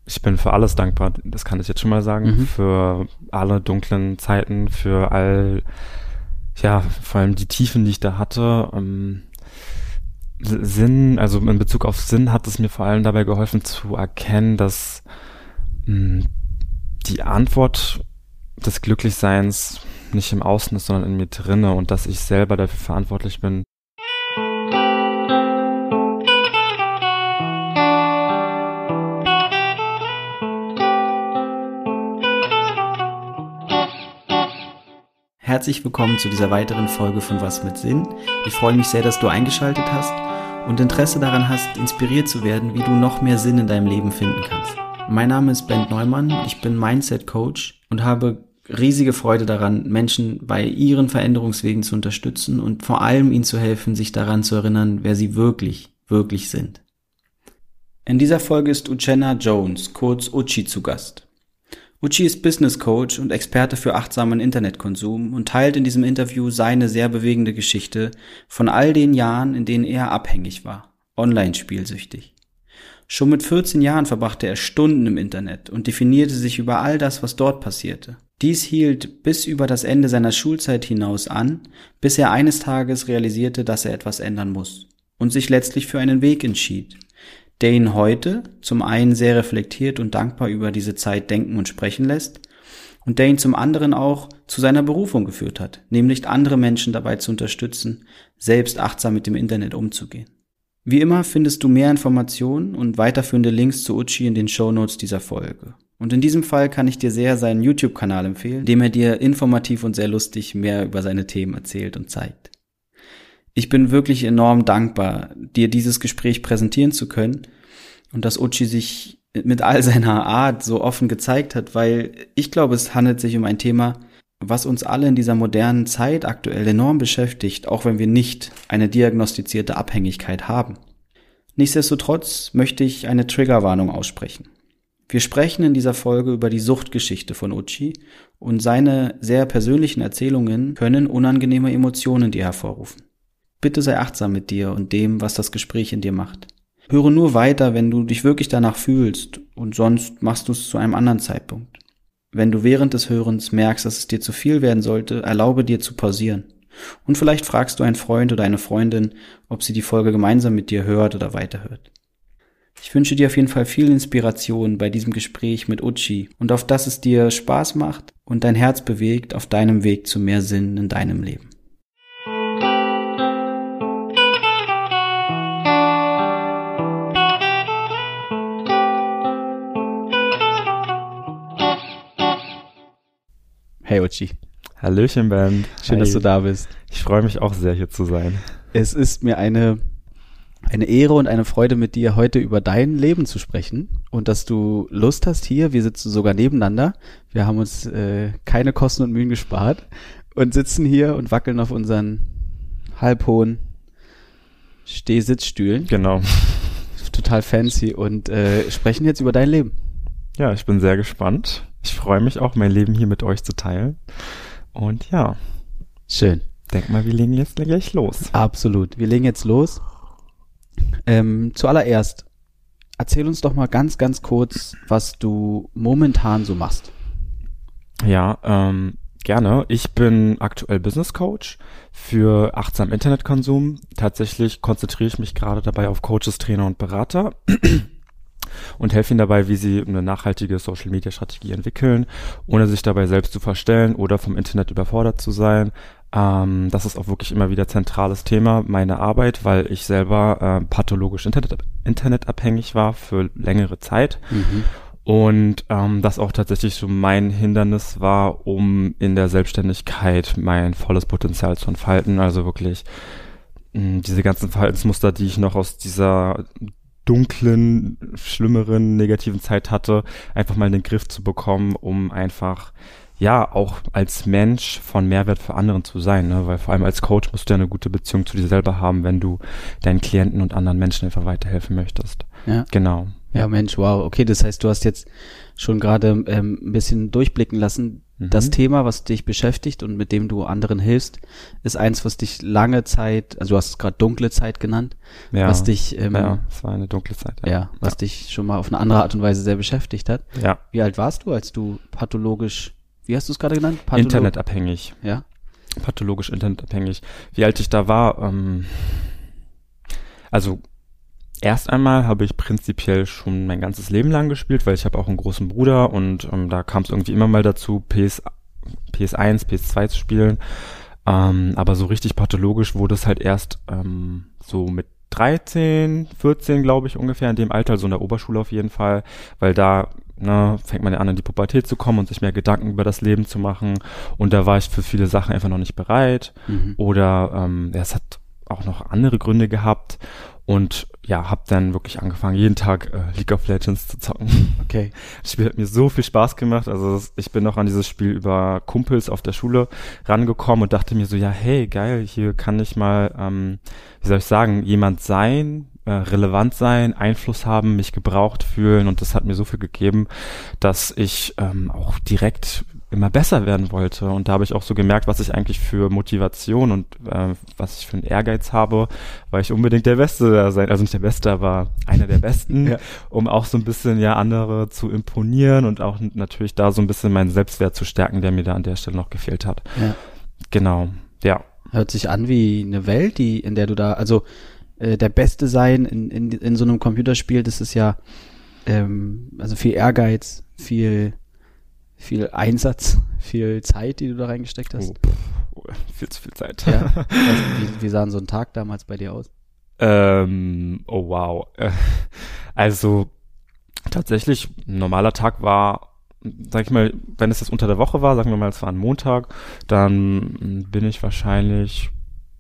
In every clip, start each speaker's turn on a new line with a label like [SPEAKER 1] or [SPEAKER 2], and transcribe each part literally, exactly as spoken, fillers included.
[SPEAKER 1] Ich bin für alles dankbar, das kann ich jetzt schon mal sagen, mhm. für alle dunklen Zeiten, für all, ja, vor allem die Tiefen, die ich da hatte. Ähm, Sinn, also in Bezug auf Sinn hat es mir vor allem dabei geholfen zu erkennen, dass mh, die Antwort des Glücklichseins nicht im Außen ist, sondern in mir drinne und dass ich selber dafür verantwortlich bin.
[SPEAKER 2] Herzlich willkommen zu dieser weiteren Folge von Was mit Sinn. Ich freue mich sehr, dass du eingeschaltet hast und Interesse daran hast, inspiriert zu werden, wie du noch mehr Sinn in deinem Leben finden kannst. Mein Name ist Ben Neumann, ich bin Mindset Coach und habe riesige Freude daran, Menschen bei ihren Veränderungswegen zu unterstützen und vor allem ihnen zu helfen, sich daran zu erinnern, wer sie wirklich, wirklich sind. In dieser Folge ist Uchenna Jones, kurz Uchi, zu Gast. Uchi ist Business Coach und Experte für achtsamen Internetkonsum und teilt in diesem Interview seine sehr bewegende Geschichte von all den Jahren, in denen er abhängig war, online-spielsüchtig. Schon mit vierzehn Jahren verbrachte er Stunden im Internet und definierte sich über all das, was dort passierte. Dies hielt bis über das Ende seiner Schulzeit hinaus an, bis er eines Tages realisierte, dass er etwas ändern muss und sich letztlich für einen Weg entschied, der ihn heute zum einen sehr reflektiert und dankbar über diese Zeit denken und sprechen lässt und der ihn zum anderen auch zu seiner Berufung geführt hat, nämlich andere Menschen dabei zu unterstützen, selbst achtsam mit dem Internet umzugehen. Wie immer findest du mehr Informationen und weiterführende Links zu Uchi in den Shownotes dieser Folge. Und in diesem Fall kann ich dir sehr seinen YouTube-Kanal empfehlen, in dem er dir informativ und sehr lustig mehr über seine Themen erzählt und zeigt. Ich bin wirklich enorm dankbar, dir dieses Gespräch präsentieren zu können und dass Uchi sich mit all seiner Art so offen gezeigt hat, weil ich glaube, es handelt sich um ein Thema, was uns alle in dieser modernen Zeit aktuell enorm beschäftigt, auch wenn wir nicht eine diagnostizierte Abhängigkeit haben. Nichtsdestotrotz möchte ich eine Triggerwarnung aussprechen. Wir sprechen in dieser Folge über die Suchtgeschichte von Uchi und seine sehr persönlichen Erzählungen können unangenehme Emotionen in dir hervorrufen. Bitte sei achtsam mit dir und dem, was das Gespräch in dir macht. Höre nur weiter, wenn du dich wirklich danach fühlst und sonst machst du es zu einem anderen Zeitpunkt. Wenn du während des Hörens merkst, dass es dir zu viel werden sollte, erlaube dir zu pausieren. Und vielleicht fragst du einen Freund oder eine Freundin, ob sie die Folge gemeinsam mit dir hört oder weiterhört. Ich wünsche dir auf jeden Fall viel Inspiration bei diesem Gespräch mit Uchi und auf dass es dir Spaß macht und dein Herz bewegt auf deinem Weg zu mehr Sinn in deinem Leben. Hey Uchi.
[SPEAKER 1] Hallöchen, Ben.
[SPEAKER 2] Schön, Hi. Dass du da bist.
[SPEAKER 1] Ich freue mich auch sehr, hier zu sein.
[SPEAKER 2] Es ist mir eine, eine Ehre und eine Freude, mit dir heute über dein Leben zu sprechen und dass du Lust hast hier. Wir sitzen sogar nebeneinander. Wir haben uns äh, keine Kosten und Mühen gespart und sitzen hier und wackeln auf unseren halbhohen Steh-Sitzstühlen.
[SPEAKER 1] Genau.
[SPEAKER 2] Total fancy und äh, sprechen jetzt über dein Leben.
[SPEAKER 1] Ja, ich bin sehr gespannt. Ich freue mich auch, mein Leben hier mit euch zu teilen. Und ja.
[SPEAKER 2] Schön.
[SPEAKER 1] Denk mal, wir legen jetzt gleich los.
[SPEAKER 2] Absolut. Wir legen jetzt los. Ähm, zuallererst, erzähl uns doch mal ganz, ganz kurz, was du momentan so machst.
[SPEAKER 1] Ja, ähm, gerne. Ich bin aktuell Business Coach für achtsamen Internetkonsum. Tatsächlich konzentriere ich mich gerade dabei auf Coaches, Trainer und Berater und helfe ihnen dabei, wie sie eine nachhaltige Social-Media-Strategie entwickeln, ohne sich dabei selbst zu verstellen oder vom Internet überfordert zu sein. Ähm, das ist auch wirklich immer wieder zentrales Thema meiner Arbeit, weil ich selber äh, pathologisch Internet, internetabhängig war für längere Zeit. Mhm. Und ähm, das auch tatsächlich so mein Hindernis war, um in der Selbstständigkeit mein volles Potenzial zu entfalten. Also wirklich mh, diese ganzen Verhaltensmuster, die ich noch aus dieser dunklen, schlimmeren, negativen Zeit hatte, einfach mal in den Griff zu bekommen, um einfach, ja, auch als Mensch von Mehrwert für anderen zu sein, ne? Weil vor allem als Coach musst du ja eine gute Beziehung zu dir selber haben, wenn du deinen Klienten und anderen Menschen einfach weiterhelfen möchtest.
[SPEAKER 2] Ja.
[SPEAKER 1] Genau.
[SPEAKER 2] Ja. Ja, Mensch, wow. Okay, das heißt, du hast jetzt schon gerade ähm, ein bisschen durchblicken lassen. Mhm. Das Thema, was dich beschäftigt und mit dem du anderen hilfst, ist eins, was dich lange Zeit, also du hast es gerade dunkle Zeit genannt,
[SPEAKER 1] ja.
[SPEAKER 2] was dich, ähm,
[SPEAKER 1] ja, es war eine dunkle Zeit.
[SPEAKER 2] Ja, ja was ja. dich schon mal auf eine andere Art und Weise sehr beschäftigt hat.
[SPEAKER 1] Ja.
[SPEAKER 2] Wie alt warst du, als du pathologisch, wie hast du es gerade genannt?
[SPEAKER 1] Patholo- internetabhängig.
[SPEAKER 2] Ja.
[SPEAKER 1] Pathologisch internetabhängig. Wie alt ich da war, ähm, also erst einmal habe ich prinzipiell schon mein ganzes Leben lang gespielt, weil ich habe auch einen großen Bruder und ähm, da kam es irgendwie immer mal dazu, P S, P S eins, P S zwei zu spielen. Ähm, aber so richtig pathologisch wurde es halt erst ähm, so mit dreizehn, vierzehn, glaube ich, ungefähr in dem Alter, so in der Oberschule auf jeden Fall, weil da ne, fängt man ja an, in die Pubertät zu kommen und sich mehr Gedanken über das Leben zu machen. Und da war ich für viele Sachen einfach noch nicht bereit. Mhm. Oder ähm, ja, es hat auch noch andere Gründe gehabt. Und ja, hab dann wirklich angefangen, jeden Tag äh, League of Legends zu zocken.
[SPEAKER 2] Okay.
[SPEAKER 1] Das Spiel hat mir so viel Spaß gemacht. Also das, ich bin noch an dieses Spiel über Kumpels auf der Schule rangekommen und dachte mir so, ja, hey, geil, hier kann ich mal, ähm, wie soll ich sagen, jemand sein, äh, relevant sein, Einfluss haben, mich gebraucht fühlen. Und das hat mir so viel gegeben, dass ich ähm, auch direkt immer besser werden wollte. Und da habe ich auch so gemerkt, was ich eigentlich für Motivation und äh, was ich für einen Ehrgeiz habe, weil ich unbedingt der Beste da sein, also nicht der Beste, aber einer der Besten, ja. um auch so ein bisschen ja andere zu imponieren und auch natürlich da so ein bisschen meinen Selbstwert zu stärken, der mir da an der Stelle noch gefehlt hat.
[SPEAKER 2] Ja.
[SPEAKER 1] Genau, ja.
[SPEAKER 2] Hört sich an wie eine Welt, die in der du da, also äh, der Beste sein in, in, in so einem Computerspiel, das ist ja ähm, also viel Ehrgeiz, viel viel Einsatz, viel Zeit, die du da reingesteckt hast?
[SPEAKER 1] Oh, viel zu viel Zeit.
[SPEAKER 2] Ja. Also, wie, wie sah so ein Tag damals bei dir aus?
[SPEAKER 1] Ähm, oh wow. Also tatsächlich, ein normaler Tag war, sag ich mal, wenn es jetzt unter der Woche war, sagen wir mal, es war ein Montag, dann bin ich wahrscheinlich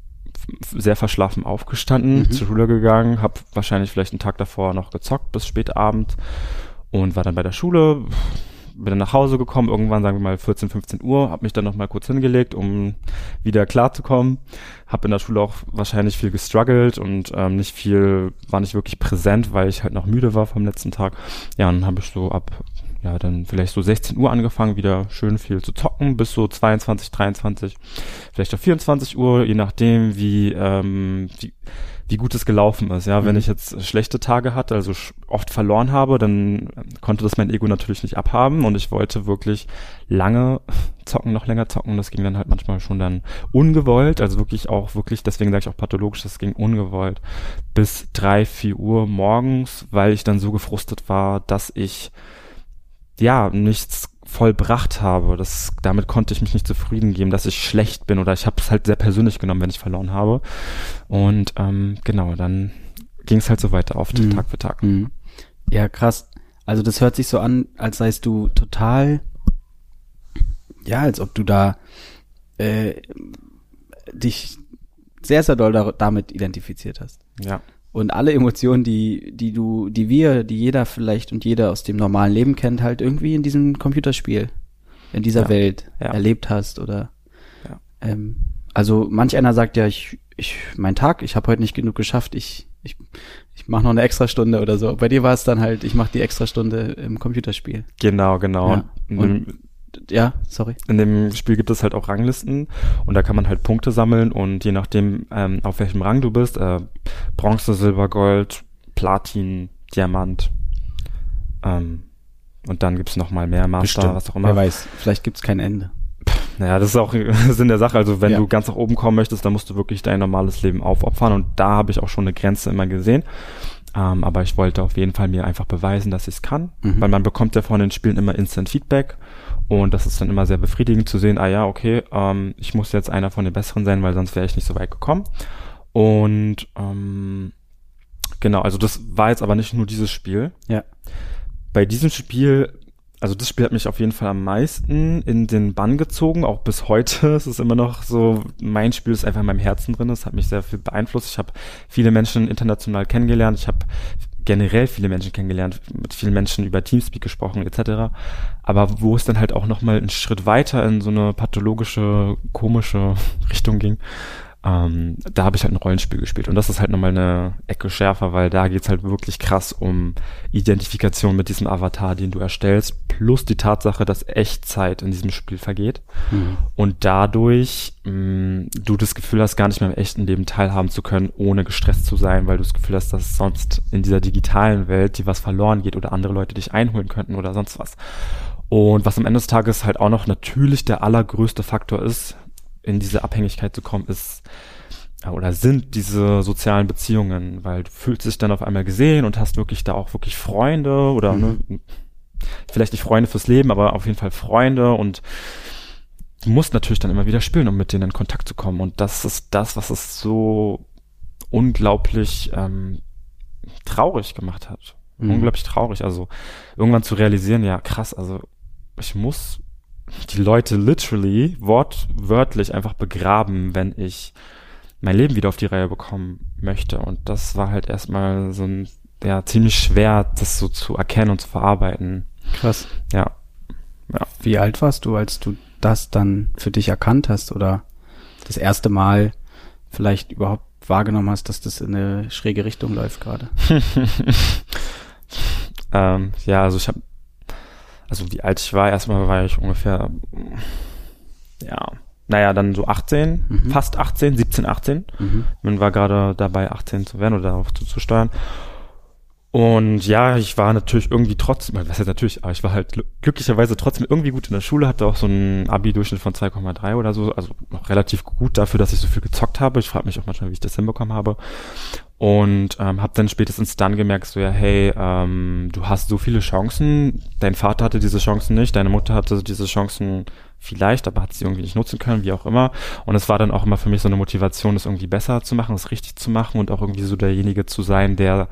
[SPEAKER 1] sehr verschlafen aufgestanden, mhm. zur Schule gegangen, habe wahrscheinlich vielleicht einen Tag davor noch gezockt bis spät Abend und war dann bei der Schule, bin dann nach Hause gekommen, irgendwann, sagen wir mal vierzehn, fünfzehn Uhr, habe mich dann nochmal kurz hingelegt, um wieder klarzukommen. Habe in der Schule auch wahrscheinlich viel gestruggelt und ähm, nicht viel, war nicht wirklich präsent, weil ich halt noch müde war vom letzten Tag. Ja, und dann habe ich so ab, ja, dann vielleicht so sechzehn Uhr angefangen, wieder schön viel zu zocken, bis so zweiundzwanzig, dreiundzwanzig, vielleicht auch vierundzwanzig Uhr, je nachdem, wie, ähm, wie, wie gut es gelaufen ist. Ja, mhm. Wenn ich jetzt schlechte Tage hatte, also oft verloren habe, dann konnte das mein Ego natürlich nicht abhaben und ich wollte wirklich lange zocken, noch länger zocken. Das ging dann halt manchmal schon dann ungewollt, also wirklich auch wirklich, deswegen sage ich auch pathologisch, das ging ungewollt bis drei, vier Uhr morgens, weil ich dann so gefrustet war, dass ich ja nichts vollbracht habe. Das, damit konnte ich mich nicht zufrieden geben, dass ich schlecht bin oder ich habe es halt sehr persönlich genommen, wenn ich verloren habe. Und ähm, genau, dann ging es halt so weiter auf mhm. Tag für Tag.
[SPEAKER 2] Mhm. Ja, krass. Also das hört sich so an, als seist du total, ja, als ob du da äh, dich sehr, sehr doll da, damit identifiziert hast.
[SPEAKER 1] Ja.
[SPEAKER 2] Und alle Emotionen, die, die du, die wir, die jeder vielleicht und jeder aus dem normalen Leben kennt, halt irgendwie in diesem Computerspiel, in dieser ja, Welt ja. erlebt hast oder,
[SPEAKER 1] ja.
[SPEAKER 2] ähm, also manch einer sagt ja, ich, ich, mein Tag, ich habe heute nicht genug geschafft, ich, ich, ich mache noch eine Extrastunde oder so. Bei dir war es dann halt, ich mache die Extrastunde im Computerspiel.
[SPEAKER 1] Genau, genau.
[SPEAKER 2] Ja. Und, ja, sorry.
[SPEAKER 1] In dem Spiel gibt es halt auch Ranglisten und da kann man halt Punkte sammeln und je nachdem, ähm, auf welchem Rang du bist, äh, Bronze, Silber, Gold, Platin, Diamant, ähm, und dann gibt's noch mal mehr Master,
[SPEAKER 2] Bestimmt.
[SPEAKER 1] was auch immer.
[SPEAKER 2] Wer weiß, vielleicht gibt's kein Ende.
[SPEAKER 1] Naja, das ist auch Sinn der Sache. Also wenn
[SPEAKER 2] ja.
[SPEAKER 1] du ganz nach oben kommen möchtest, dann musst du wirklich dein normales Leben aufopfern und da habe ich auch schon eine Grenze immer gesehen. Ähm, aber ich wollte auf jeden Fall mir einfach beweisen, dass ich es kann, mhm. weil man bekommt ja von den Spielen immer Instant Feedback und das ist dann immer sehr befriedigend zu sehen, ah ja, okay, ähm, ich muss jetzt einer von den Besseren sein, weil sonst wäre ich nicht so weit gekommen. Und ähm, genau, also das war jetzt aber nicht nur dieses Spiel.
[SPEAKER 2] Ja.
[SPEAKER 1] Bei diesem Spiel, also das Spiel hat mich auf jeden Fall am meisten in den Bann gezogen, auch bis heute. Es ist immer noch so, mein Spiel ist einfach in meinem Herzen drin. Es hat mich sehr viel beeinflusst. Ich habe viele Menschen international kennengelernt. Ich habe generell viele Menschen kennengelernt, mit vielen Menschen über Teamspeak gesprochen et cetera. Aber wo es dann halt auch nochmal einen Schritt weiter in so eine pathologische, komische Richtung ging, Ähm, da habe ich halt ein Rollenspiel gespielt und das ist halt nochmal eine Ecke schärfer, weil da geht's halt wirklich krass um Identifikation mit diesem Avatar, den du erstellst, plus die Tatsache, dass Echtzeit in diesem Spiel vergeht mhm. und dadurch mh, du das Gefühl hast, gar nicht mehr im echten Leben teilhaben zu können, ohne gestresst zu sein, weil du das Gefühl hast, dass sonst in dieser digitalen Welt dir was verloren geht oder andere Leute dich einholen könnten oder sonst was. Und was am Ende des Tages halt auch noch natürlich der allergrößte Faktor ist, in diese Abhängigkeit zu kommen, ist oder sind diese sozialen Beziehungen, weil du fühlst dich dann auf einmal gesehen und hast wirklich da auch wirklich Freunde oder mhm. ne, vielleicht nicht Freunde fürs Leben, aber auf jeden Fall Freunde und du musst natürlich dann immer wieder spielen, um mit denen in Kontakt zu kommen und das ist das, was es so unglaublich ähm, traurig gemacht hat. Mhm. Unglaublich traurig, also irgendwann zu realisieren, ja krass, also ich muss die Leute literally, wortwörtlich einfach begraben, wenn ich mein Leben wieder auf die Reihe bekommen möchte. Und das war halt erstmal so ein, ja, ziemlich schwer, das so zu erkennen und zu verarbeiten.
[SPEAKER 2] Krass.
[SPEAKER 1] Ja.
[SPEAKER 2] ja. Wie alt warst du, als du das dann für dich erkannt hast oder das erste Mal vielleicht überhaupt wahrgenommen hast, dass das in eine schräge Richtung läuft gerade?
[SPEAKER 1] ähm, ja, also ich habe Also wie alt ich war, erstmal war ich ungefähr, ja, naja, dann so achtzehn, mhm. fast achtzehn, siebzehn, achtzehn. Mhm. Man war gerade dabei, achtzehn zu werden oder darauf zuzusteuern. Und ja, ich war natürlich irgendwie trotzdem, was heißt natürlich, aber ich war halt glücklicherweise trotzdem irgendwie gut in der Schule, hatte auch so einen Abi-Durchschnitt von zwei Komma drei oder so, also noch relativ gut dafür, dass ich so viel gezockt habe. Ich frage mich auch manchmal, wie ich das hinbekommen habe. Und ähm, habe dann spätestens dann gemerkt, so ja, hey, ähm, du hast so viele Chancen, dein Vater hatte diese Chancen nicht, deine Mutter hatte diese Chancen vielleicht, aber hat sie irgendwie nicht nutzen können, wie auch immer. Und es war dann auch immer für mich so eine Motivation, das irgendwie besser zu machen, das richtig zu machen und auch irgendwie so derjenige zu sein, der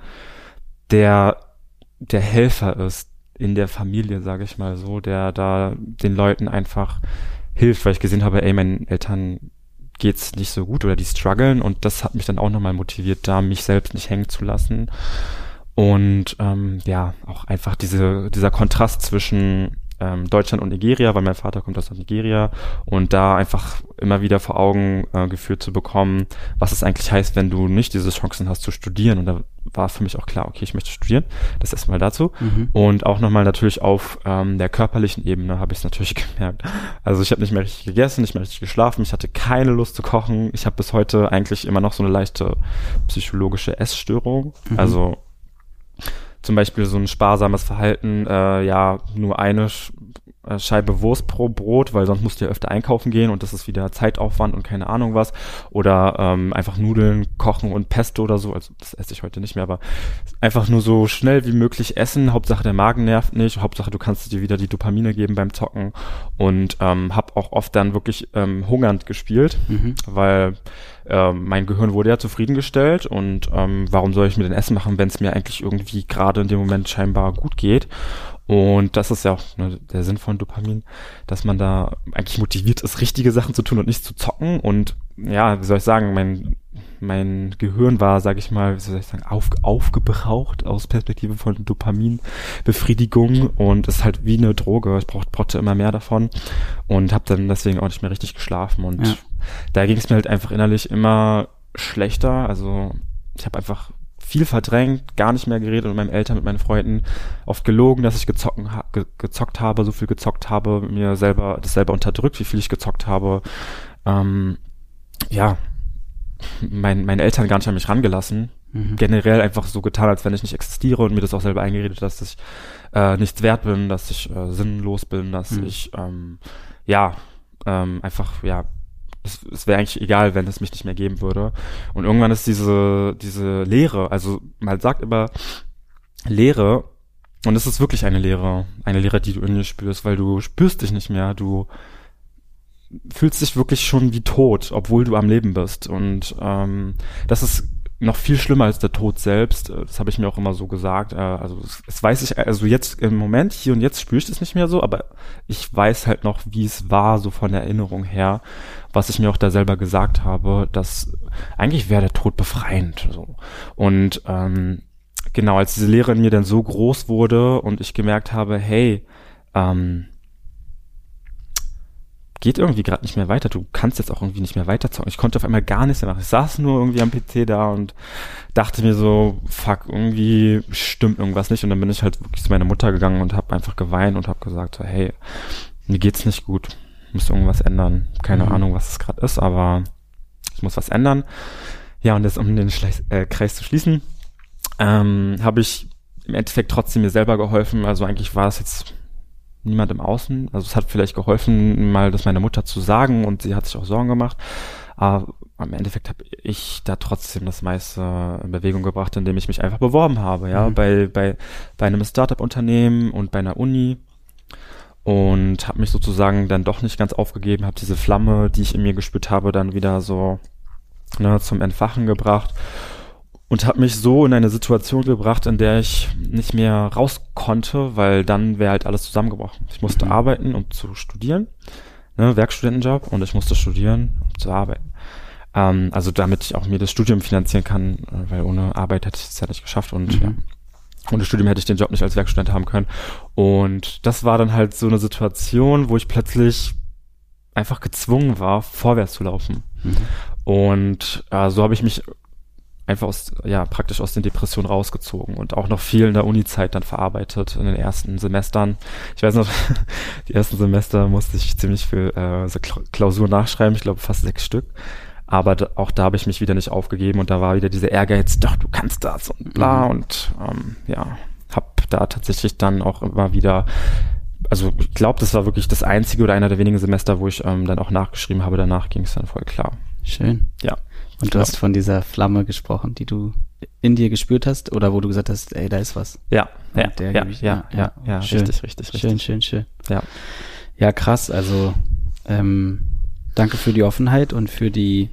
[SPEAKER 1] der der Helfer ist in der Familie, sage ich mal so, der da den Leuten einfach hilft, weil ich gesehen habe, ey, meinen Eltern geht's nicht so gut oder die strugglen und das hat mich dann auch nochmal motiviert, da mich selbst nicht hängen zu lassen und ähm, ja, auch einfach diese dieser Kontrast zwischen ähm, Deutschland und Nigeria, weil mein Vater kommt aus Nigeria und da einfach immer wieder vor Augen äh, geführt zu bekommen, was es eigentlich heißt, wenn du nicht diese Chancen hast zu studieren und da war für mich auch klar, okay, ich möchte studieren, das erstmal dazu mhm. und auch nochmal natürlich auf ähm, der körperlichen Ebene habe ich es natürlich gemerkt, also ich habe nicht mehr richtig gegessen, nicht mehr richtig geschlafen, ich hatte keine Lust zu kochen, ich habe bis heute eigentlich immer noch so eine leichte psychologische Essstörung, mhm. also zum Beispiel so ein sparsames Verhalten, äh, ja, nur eine Sch- Scheibe Wurst pro Brot, weil sonst musst du ja öfter einkaufen gehen und das ist wieder Zeitaufwand und keine Ahnung was. Oder ähm, einfach Nudeln kochen und Pesto oder so, also das esse ich heute nicht mehr, aber einfach nur so schnell wie möglich essen. Hauptsache der Magen nervt nicht, Hauptsache du kannst dir wieder die Dopamine geben beim Zocken und ähm, habe auch oft dann wirklich ähm, hungernd gespielt, mhm. weil ähm, mein Gehirn wurde ja zufriedengestellt und ähm, warum soll ich mir denn Essen machen, wenn es mir eigentlich irgendwie gerade in dem Moment scheinbar gut geht. Und das ist ja auch ne, der Sinn von Dopamin, dass man da eigentlich motiviert ist, richtige Sachen zu tun und nicht zu zocken. Und ja, wie soll ich sagen, mein mein Gehirn war, sag ich mal, wie soll ich sagen, auf, aufgebraucht aus Perspektive von Dopaminbefriedigung und ist halt wie eine Droge. Ich brauch, brauchte immer mehr davon und habe dann deswegen auch nicht mehr richtig geschlafen. Und ja. da ging es mir halt einfach innerlich immer schlechter. Also ich habe einfach viel verdrängt, gar nicht mehr geredet mit meinen Eltern, mit meinen Freunden, oft gelogen, dass ich gezocken, ha- ge- gezockt habe, so viel gezockt habe, mir selber das selber unterdrückt, wie viel ich gezockt habe. Ähm, ja, mein, meine Eltern gar nicht an mich rangelassen. Mhm. Generell einfach so getan, als wenn ich nicht existiere und mir das auch selber eingeredet, dass ich äh, nichts wert bin, dass ich äh, sinnlos bin, dass mhm. ich ähm, ja ähm, einfach ja es, es wäre eigentlich egal, wenn es mich nicht mehr geben würde. Und irgendwann ist diese diese Leere, also man sagt immer Leere, und es ist wirklich eine Leere, eine Leere, die du in dir spürst, weil du spürst dich nicht mehr, du fühlst dich wirklich schon wie tot, obwohl du am Leben bist. Und ähm, das ist noch viel schlimmer als der Tod selbst. Das habe ich mir auch immer so gesagt. Also das, das weiß ich, also jetzt im Moment, hier und jetzt spüre ich das nicht mehr so, aber ich weiß halt noch, wie es war, so von der Erinnerung her, was ich mir auch da selber gesagt habe, dass eigentlich wäre der Tod befreiend. So. Und ähm, genau, als diese Leere in mir dann so groß wurde und ich gemerkt habe, hey, ähm, geht irgendwie gerade nicht mehr weiter. Du kannst jetzt auch irgendwie nicht mehr weiterzocken. Ich konnte auf einmal gar nichts mehr machen. Ich saß nur irgendwie am P C da und dachte mir so, fuck, irgendwie stimmt irgendwas nicht. Und dann bin ich halt wirklich zu meiner Mutter gegangen und habe einfach geweint und habe gesagt, so, hey, mir geht's nicht gut. Ich muss irgendwas ändern. Keine mhm. Ahnung, was es gerade ist, aber ich muss was ändern. Ja, und jetzt, um den Schleich- äh, Kreis zu schließen, ähm, habe ich im Endeffekt trotzdem mir selber geholfen. Also eigentlich war es jetzt niemand im Außen. Also es hat vielleicht geholfen, mal das meiner Mutter zu sagen und sie hat sich auch Sorgen gemacht. Aber im Endeffekt habe ich da trotzdem das meiste in Bewegung gebracht, indem ich mich einfach beworben habe, ja, mhm. bei, bei, bei einem Startup-Unternehmen und bei einer Uni. Und habe mich sozusagen dann doch nicht ganz aufgegeben, habe diese Flamme, die ich in mir gespürt habe, dann wieder so ne, zum Entfachen gebracht und habe mich so in eine Situation gebracht, in der ich nicht mehr raus konnte, weil dann wäre halt alles zusammengebrochen. Ich musste mhm. arbeiten, um zu studieren, ne, Werkstudentenjob, und ich musste studieren, um zu arbeiten. Ähm, also damit ich auch mir das Studium finanzieren kann, weil ohne Arbeit hätte ich es ja nicht geschafft und mhm. ja. Ohne Studium hätte ich den Job nicht als Werkstudent haben können. Und das war dann halt so eine Situation, wo ich plötzlich einfach gezwungen war, vorwärts zu laufen. Mhm. Und äh, so habe ich mich einfach aus, ja, praktisch aus den Depressionen rausgezogen und auch noch viel in der Uni-Zeit dann verarbeitet in den ersten Semestern. Ich weiß noch, die ersten Semester musste ich ziemlich viel äh, so Klausur nachschreiben, ich glaube fast sechs Stück. Aber da, auch da habe ich mich wieder nicht aufgegeben und da war wieder dieser Ehrgeiz, doch, du kannst das und bla mhm. und ähm, ja, hab da tatsächlich dann auch immer wieder, also ich glaube, das war wirklich das einzige oder einer der wenigen Semester, wo ich ähm, dann auch nachgeschrieben habe, danach ging es dann voll klar.
[SPEAKER 2] Schön.
[SPEAKER 1] Ja.
[SPEAKER 2] Und du
[SPEAKER 1] ja.
[SPEAKER 2] hast von dieser Flamme gesprochen, die du in dir gespürt hast oder wo du gesagt hast, ey, da ist was.
[SPEAKER 1] Ja,
[SPEAKER 2] und
[SPEAKER 1] ja,
[SPEAKER 2] der
[SPEAKER 1] ja,
[SPEAKER 2] ich,
[SPEAKER 1] ja, ja, ja, ja,
[SPEAKER 2] schön.
[SPEAKER 1] richtig, richtig, richtig.
[SPEAKER 2] Schön, schön, schön.
[SPEAKER 1] Ja.
[SPEAKER 2] Ja, krass, also ähm, danke für die Offenheit und für die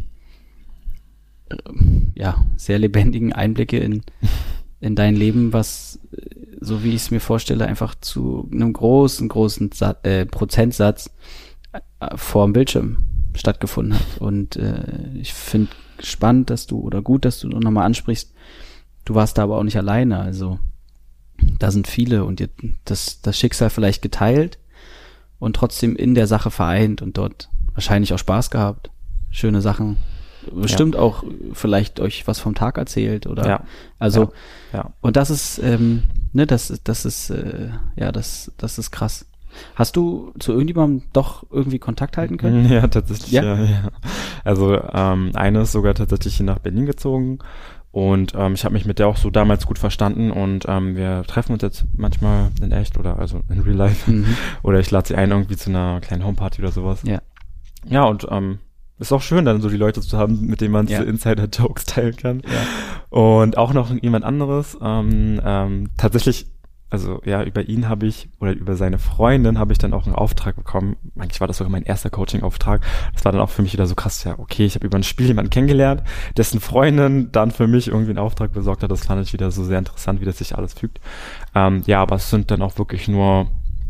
[SPEAKER 2] äh, ja, sehr lebendigen Einblicke in, in dein Leben, was, so wie ich es mir vorstelle, einfach zu einem großen, großen Sa- äh, Prozentsatz äh, vor dem Bildschirm stattgefunden hat. Und äh, ich finde spannend, dass du, oder gut, dass du nochmal ansprichst, du warst da aber auch nicht alleine, also da sind viele und ihr, das, das Schicksal vielleicht geteilt und trotzdem in der Sache vereint und dort wahrscheinlich auch Spaß gehabt, schöne Sachen, bestimmt ja. auch vielleicht euch was vom Tag erzählt oder
[SPEAKER 1] ja.
[SPEAKER 2] also
[SPEAKER 1] ja. Ja.
[SPEAKER 2] und das ist ähm, ne das das ist äh, ja das das ist krass. Hast du zu irgendjemandem doch irgendwie Kontakt halten können?
[SPEAKER 1] Ja, tatsächlich, ja. ja, ja. Also ähm, eine ist sogar tatsächlich hier nach Berlin gezogen und ähm, ich habe mich mit der auch so damals gut verstanden und ähm, wir treffen uns jetzt manchmal in echt oder also in Real Life mhm. oder ich lade sie ein irgendwie zu einer kleinen Homeparty oder sowas.
[SPEAKER 2] Ja.
[SPEAKER 1] Ja, und ähm, ist auch schön, dann so die Leute zu haben, mit denen man ja. diese Insider-Jokes teilen kann.
[SPEAKER 2] Ja.
[SPEAKER 1] Und auch noch jemand anderes, ähm, ähm, tatsächlich, also ja, über ihn habe ich, oder über seine Freundin habe ich dann auch einen Auftrag bekommen. Eigentlich war das sogar mein erster Coaching-Auftrag. Das war dann auch für mich wieder so krass, ja, okay, ich habe über ein Spiel jemanden kennengelernt, dessen Freundin dann für mich irgendwie einen Auftrag besorgt hat. Das fand ich wieder so sehr interessant, wie das sich alles fügt. Ähm, ja, aber es sind dann auch wirklich nur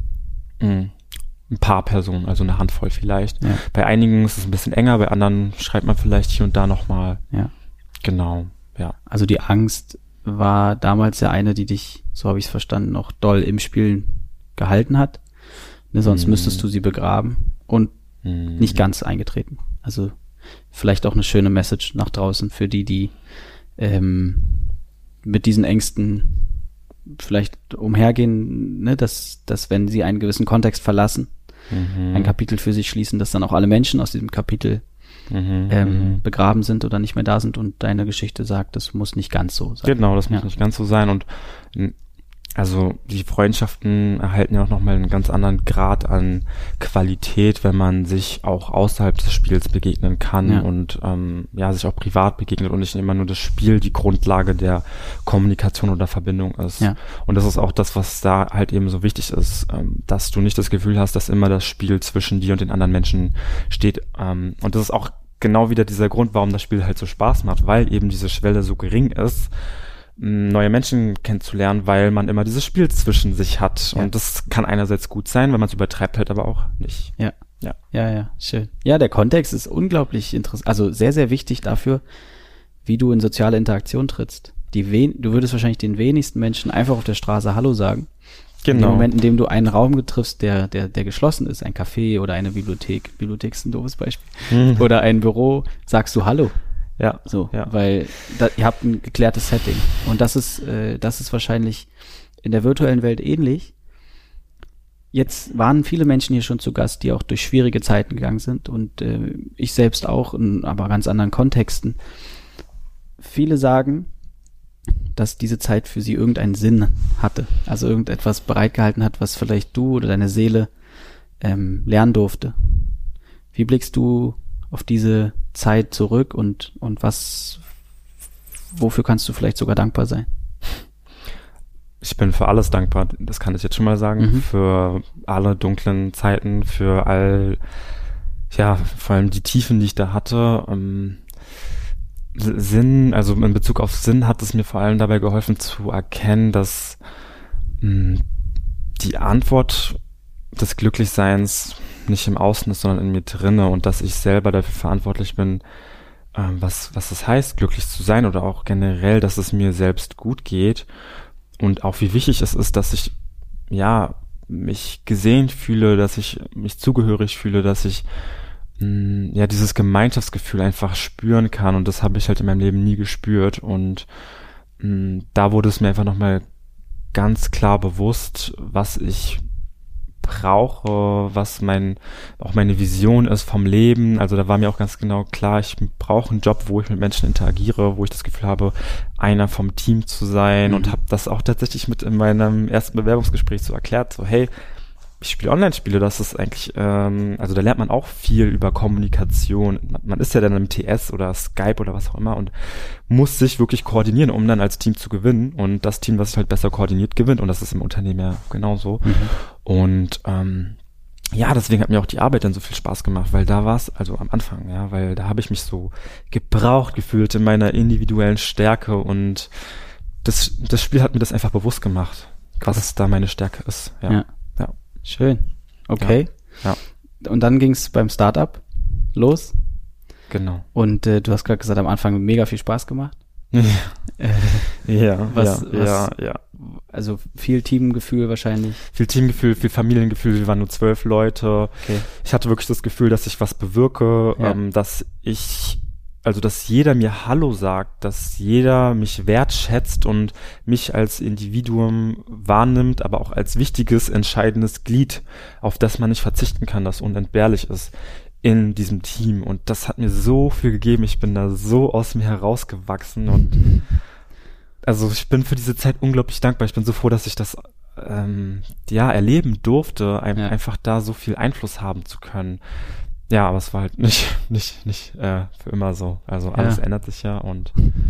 [SPEAKER 1] mh, ein paar Personen, also eine Handvoll vielleicht. Ja. Bei einigen ist es ein bisschen enger, bei anderen schreibt man vielleicht hier und da nochmal.
[SPEAKER 2] Ja.
[SPEAKER 1] Genau, ja.
[SPEAKER 2] Also die Angst war damals ja eine, die dich, so habe ich es verstanden, auch doll im Spielen gehalten hat. Ne, sonst mm. müsstest du sie begraben und mm. nicht ganz eingetreten. Also vielleicht auch eine schöne Message nach draußen für die, die ähm, mit diesen Ängsten vielleicht umhergehen, ne, dass, dass wenn sie einen gewissen Kontext verlassen, mhm. ein Kapitel für sich schließen, dass dann auch alle Menschen aus diesem Kapitel mhm, ähm, begraben sind oder nicht mehr da sind und deine Geschichte sagt, das muss nicht ganz so sein.
[SPEAKER 1] Genau, das muss
[SPEAKER 2] ja.
[SPEAKER 1] nicht ganz so sein und also die Freundschaften erhalten ja auch nochmal einen ganz anderen Grad an Qualität, wenn man sich auch außerhalb des Spiels begegnen kann ja. und ähm, ja sich auch privat begegnet und nicht immer nur das Spiel die Grundlage der Kommunikation oder Verbindung ist.
[SPEAKER 2] Ja.
[SPEAKER 1] Und das ist auch das, was da halt eben so wichtig ist, ähm, dass du nicht das Gefühl hast, dass immer das Spiel zwischen dir und den anderen Menschen steht. Ähm, und das ist auch genau wieder dieser Grund, warum das Spiel halt so Spaß macht, weil eben diese Schwelle so gering ist, neue Menschen kennenzulernen, weil man immer dieses Spiel zwischen sich hat. Ja. Und das kann einerseits gut sein, wenn man es übertreibt, halt aber auch nicht.
[SPEAKER 2] Ja. Ja. Ja, ja, schön. Ja, der Kontext ist unglaublich interessant, also sehr, sehr wichtig dafür, wie du in soziale Interaktion trittst. Die wen- du würdest wahrscheinlich den wenigsten Menschen einfach auf der Straße Hallo sagen. In dem Moment, in dem du einen Raum triffst, der, der, der geschlossen ist, ein Café oder eine Bibliothek, Bibliothek ist ein doofes Beispiel, mhm. oder ein Büro, sagst du Hallo.
[SPEAKER 1] Ja.
[SPEAKER 2] So,
[SPEAKER 1] ja.
[SPEAKER 2] weil da, ihr habt ein geklärtes Setting. Und das ist, äh, das ist wahrscheinlich in der virtuellen Welt ähnlich. Jetzt waren viele Menschen hier schon zu Gast, die auch durch schwierige Zeiten gegangen sind und äh, ich selbst auch, in aber ganz anderen Kontexten. Viele sagen, dass diese Zeit für sie irgendeinen Sinn hatte, also irgendetwas bereitgehalten hat, was vielleicht du oder deine Seele ähm, lernen durfte. Wie blickst du auf diese Zeit zurück und und was, wofür kannst du vielleicht sogar dankbar sein?
[SPEAKER 1] Ich bin für alles dankbar, das kann ich jetzt schon mal sagen, mhm. für alle dunklen Zeiten, für all, ja, vor allem die Tiefen, die ich da hatte. Ähm, Sinn, also in Bezug auf Sinn hat es mir vor allem dabei geholfen zu erkennen, dass mh, die Antwort des Glücklichseins nicht im Außen ist, sondern in mir drinne und dass ich selber dafür verantwortlich bin, ähm, was was es heißt, glücklich zu sein oder auch generell, dass es mir selbst gut geht und auch wie wichtig es ist, dass ich ja mich gesehen fühle, dass ich mich zugehörig fühle, dass ich mh, ja dieses Gemeinschaftsgefühl einfach spüren kann und das habe ich halt in meinem Leben nie gespürt und mh, da wurde es mir einfach nochmal ganz klar bewusst, was ich brauche, was mein auch meine Vision ist vom Leben. Also da war mir auch ganz genau klar, ich brauche einen Job, wo ich mit Menschen interagiere, wo ich das Gefühl habe, einer vom Team zu sein mhm. und habe das auch tatsächlich mit in meinem ersten Bewerbungsgespräch so erklärt, so hey, ich spiele Online-Spiele, das ist eigentlich, ähm, also da lernt man auch viel über Kommunikation. Man, man ist ja dann im T S oder Skype oder was auch immer und muss sich wirklich koordinieren, um dann als Team zu gewinnen. Und das Team, was sich halt besser koordiniert, gewinnt. Und das ist im Unternehmen ja genauso. Mhm. Und ähm, ja, deswegen hat mir auch die Arbeit dann so viel Spaß gemacht, weil da war es, also am Anfang, ja, weil da habe ich mich so gebraucht gefühlt in meiner individuellen Stärke und das, das Spiel hat mir das einfach bewusst gemacht, was da meine Stärke ist. Ja.
[SPEAKER 2] ja.
[SPEAKER 1] ja.
[SPEAKER 2] Schön. Okay.
[SPEAKER 1] Ja.
[SPEAKER 2] ja. Und dann ging es beim Startup los.
[SPEAKER 1] Genau.
[SPEAKER 2] Und äh, du hast gerade gesagt, am Anfang mega viel Spaß gemacht.
[SPEAKER 1] Ja. äh, ja,
[SPEAKER 2] was,
[SPEAKER 1] ja,
[SPEAKER 2] was,
[SPEAKER 1] ja, ja.
[SPEAKER 2] Also viel Teamgefühl wahrscheinlich.
[SPEAKER 1] Viel Teamgefühl, viel Familiengefühl. Wir waren nur zwölf Leute.
[SPEAKER 2] Okay.
[SPEAKER 1] Ich hatte wirklich das Gefühl, dass ich was bewirke, ja. ähm, dass ich Also, dass jeder mir Hallo sagt, dass jeder mich wertschätzt und mich als Individuum wahrnimmt, aber auch als wichtiges, entscheidendes Glied, auf das man nicht verzichten kann, das unentbehrlich ist in diesem Team. Und das hat mir so viel gegeben. Ich bin da so aus mir herausgewachsen und also ich bin für diese Zeit unglaublich dankbar. Ich bin so froh, dass ich das ähm, ja erleben durfte, ein, ja. einfach da so viel Einfluss haben zu können. Ja, aber es war halt nicht nicht nicht äh, für immer so. Also alles ja. ändert sich ja und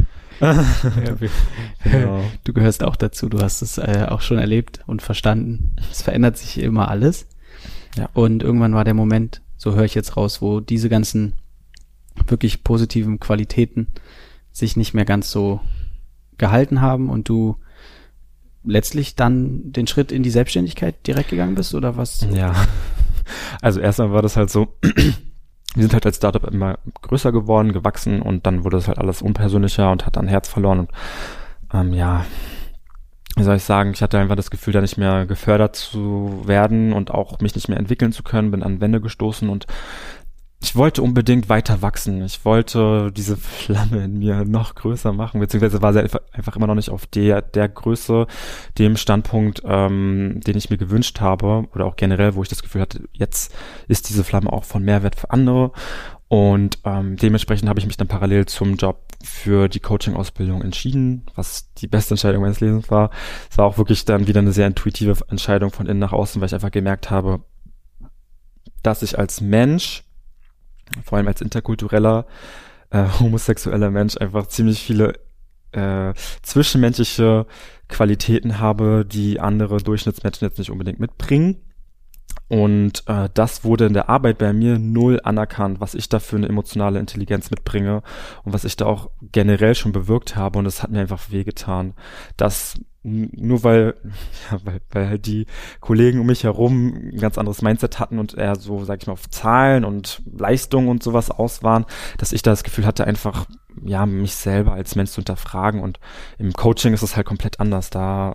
[SPEAKER 2] genau. Du gehörst auch dazu. Du hast es äh, auch schon erlebt und verstanden. Es verändert sich immer alles.
[SPEAKER 1] Ja.
[SPEAKER 2] Und irgendwann war der Moment, so höre ich jetzt raus, wo diese ganzen wirklich positiven Qualitäten sich nicht mehr ganz so gehalten haben und du letztlich dann den Schritt in die Selbstständigkeit direkt gegangen bist oder was?
[SPEAKER 1] Ja. Also erstmal war das halt so, wir sind halt als Startup immer größer geworden, gewachsen und dann wurde es halt alles unpersönlicher und hat dann Herz verloren und ähm, ja, wie soll ich sagen, ich hatte einfach das Gefühl, da nicht mehr gefördert zu werden und auch mich nicht mehr entwickeln zu können, bin an Wände gestoßen und ich wollte unbedingt weiter wachsen. Ich wollte diese Flamme in mir noch größer machen, beziehungsweise war sie einfach immer noch nicht auf der der Größe, dem Standpunkt, ähm, den ich mir gewünscht habe oder auch generell, wo ich das Gefühl hatte, jetzt ist diese Flamme auch von Mehrwert für andere und ähm, dementsprechend habe ich mich dann parallel zum Job für die Coaching-Ausbildung entschieden, was die beste Entscheidung meines Lebens war. Es war auch wirklich dann wieder eine sehr intuitive Entscheidung von innen nach außen, weil ich einfach gemerkt habe, dass ich als Mensch, vor allem als interkultureller, äh, homosexueller Mensch einfach ziemlich viele äh, zwischenmenschliche Qualitäten habe, die andere Durchschnittsmenschen jetzt nicht unbedingt mitbringen. Und äh, das wurde in der Arbeit bei mir null anerkannt, was ich da für eine emotionale Intelligenz mitbringe und was ich da auch generell schon bewirkt habe. Und es hat mir einfach wehgetan, dass nur weil, ja, weil, weil halt die Kollegen um mich herum ein ganz anderes Mindset hatten und eher so, sag ich mal, auf Zahlen und Leistungen und sowas aus waren, dass ich da das Gefühl hatte, einfach, ja, mich selber als Mensch zu hinterfragen und im Coaching ist es halt komplett anders. Da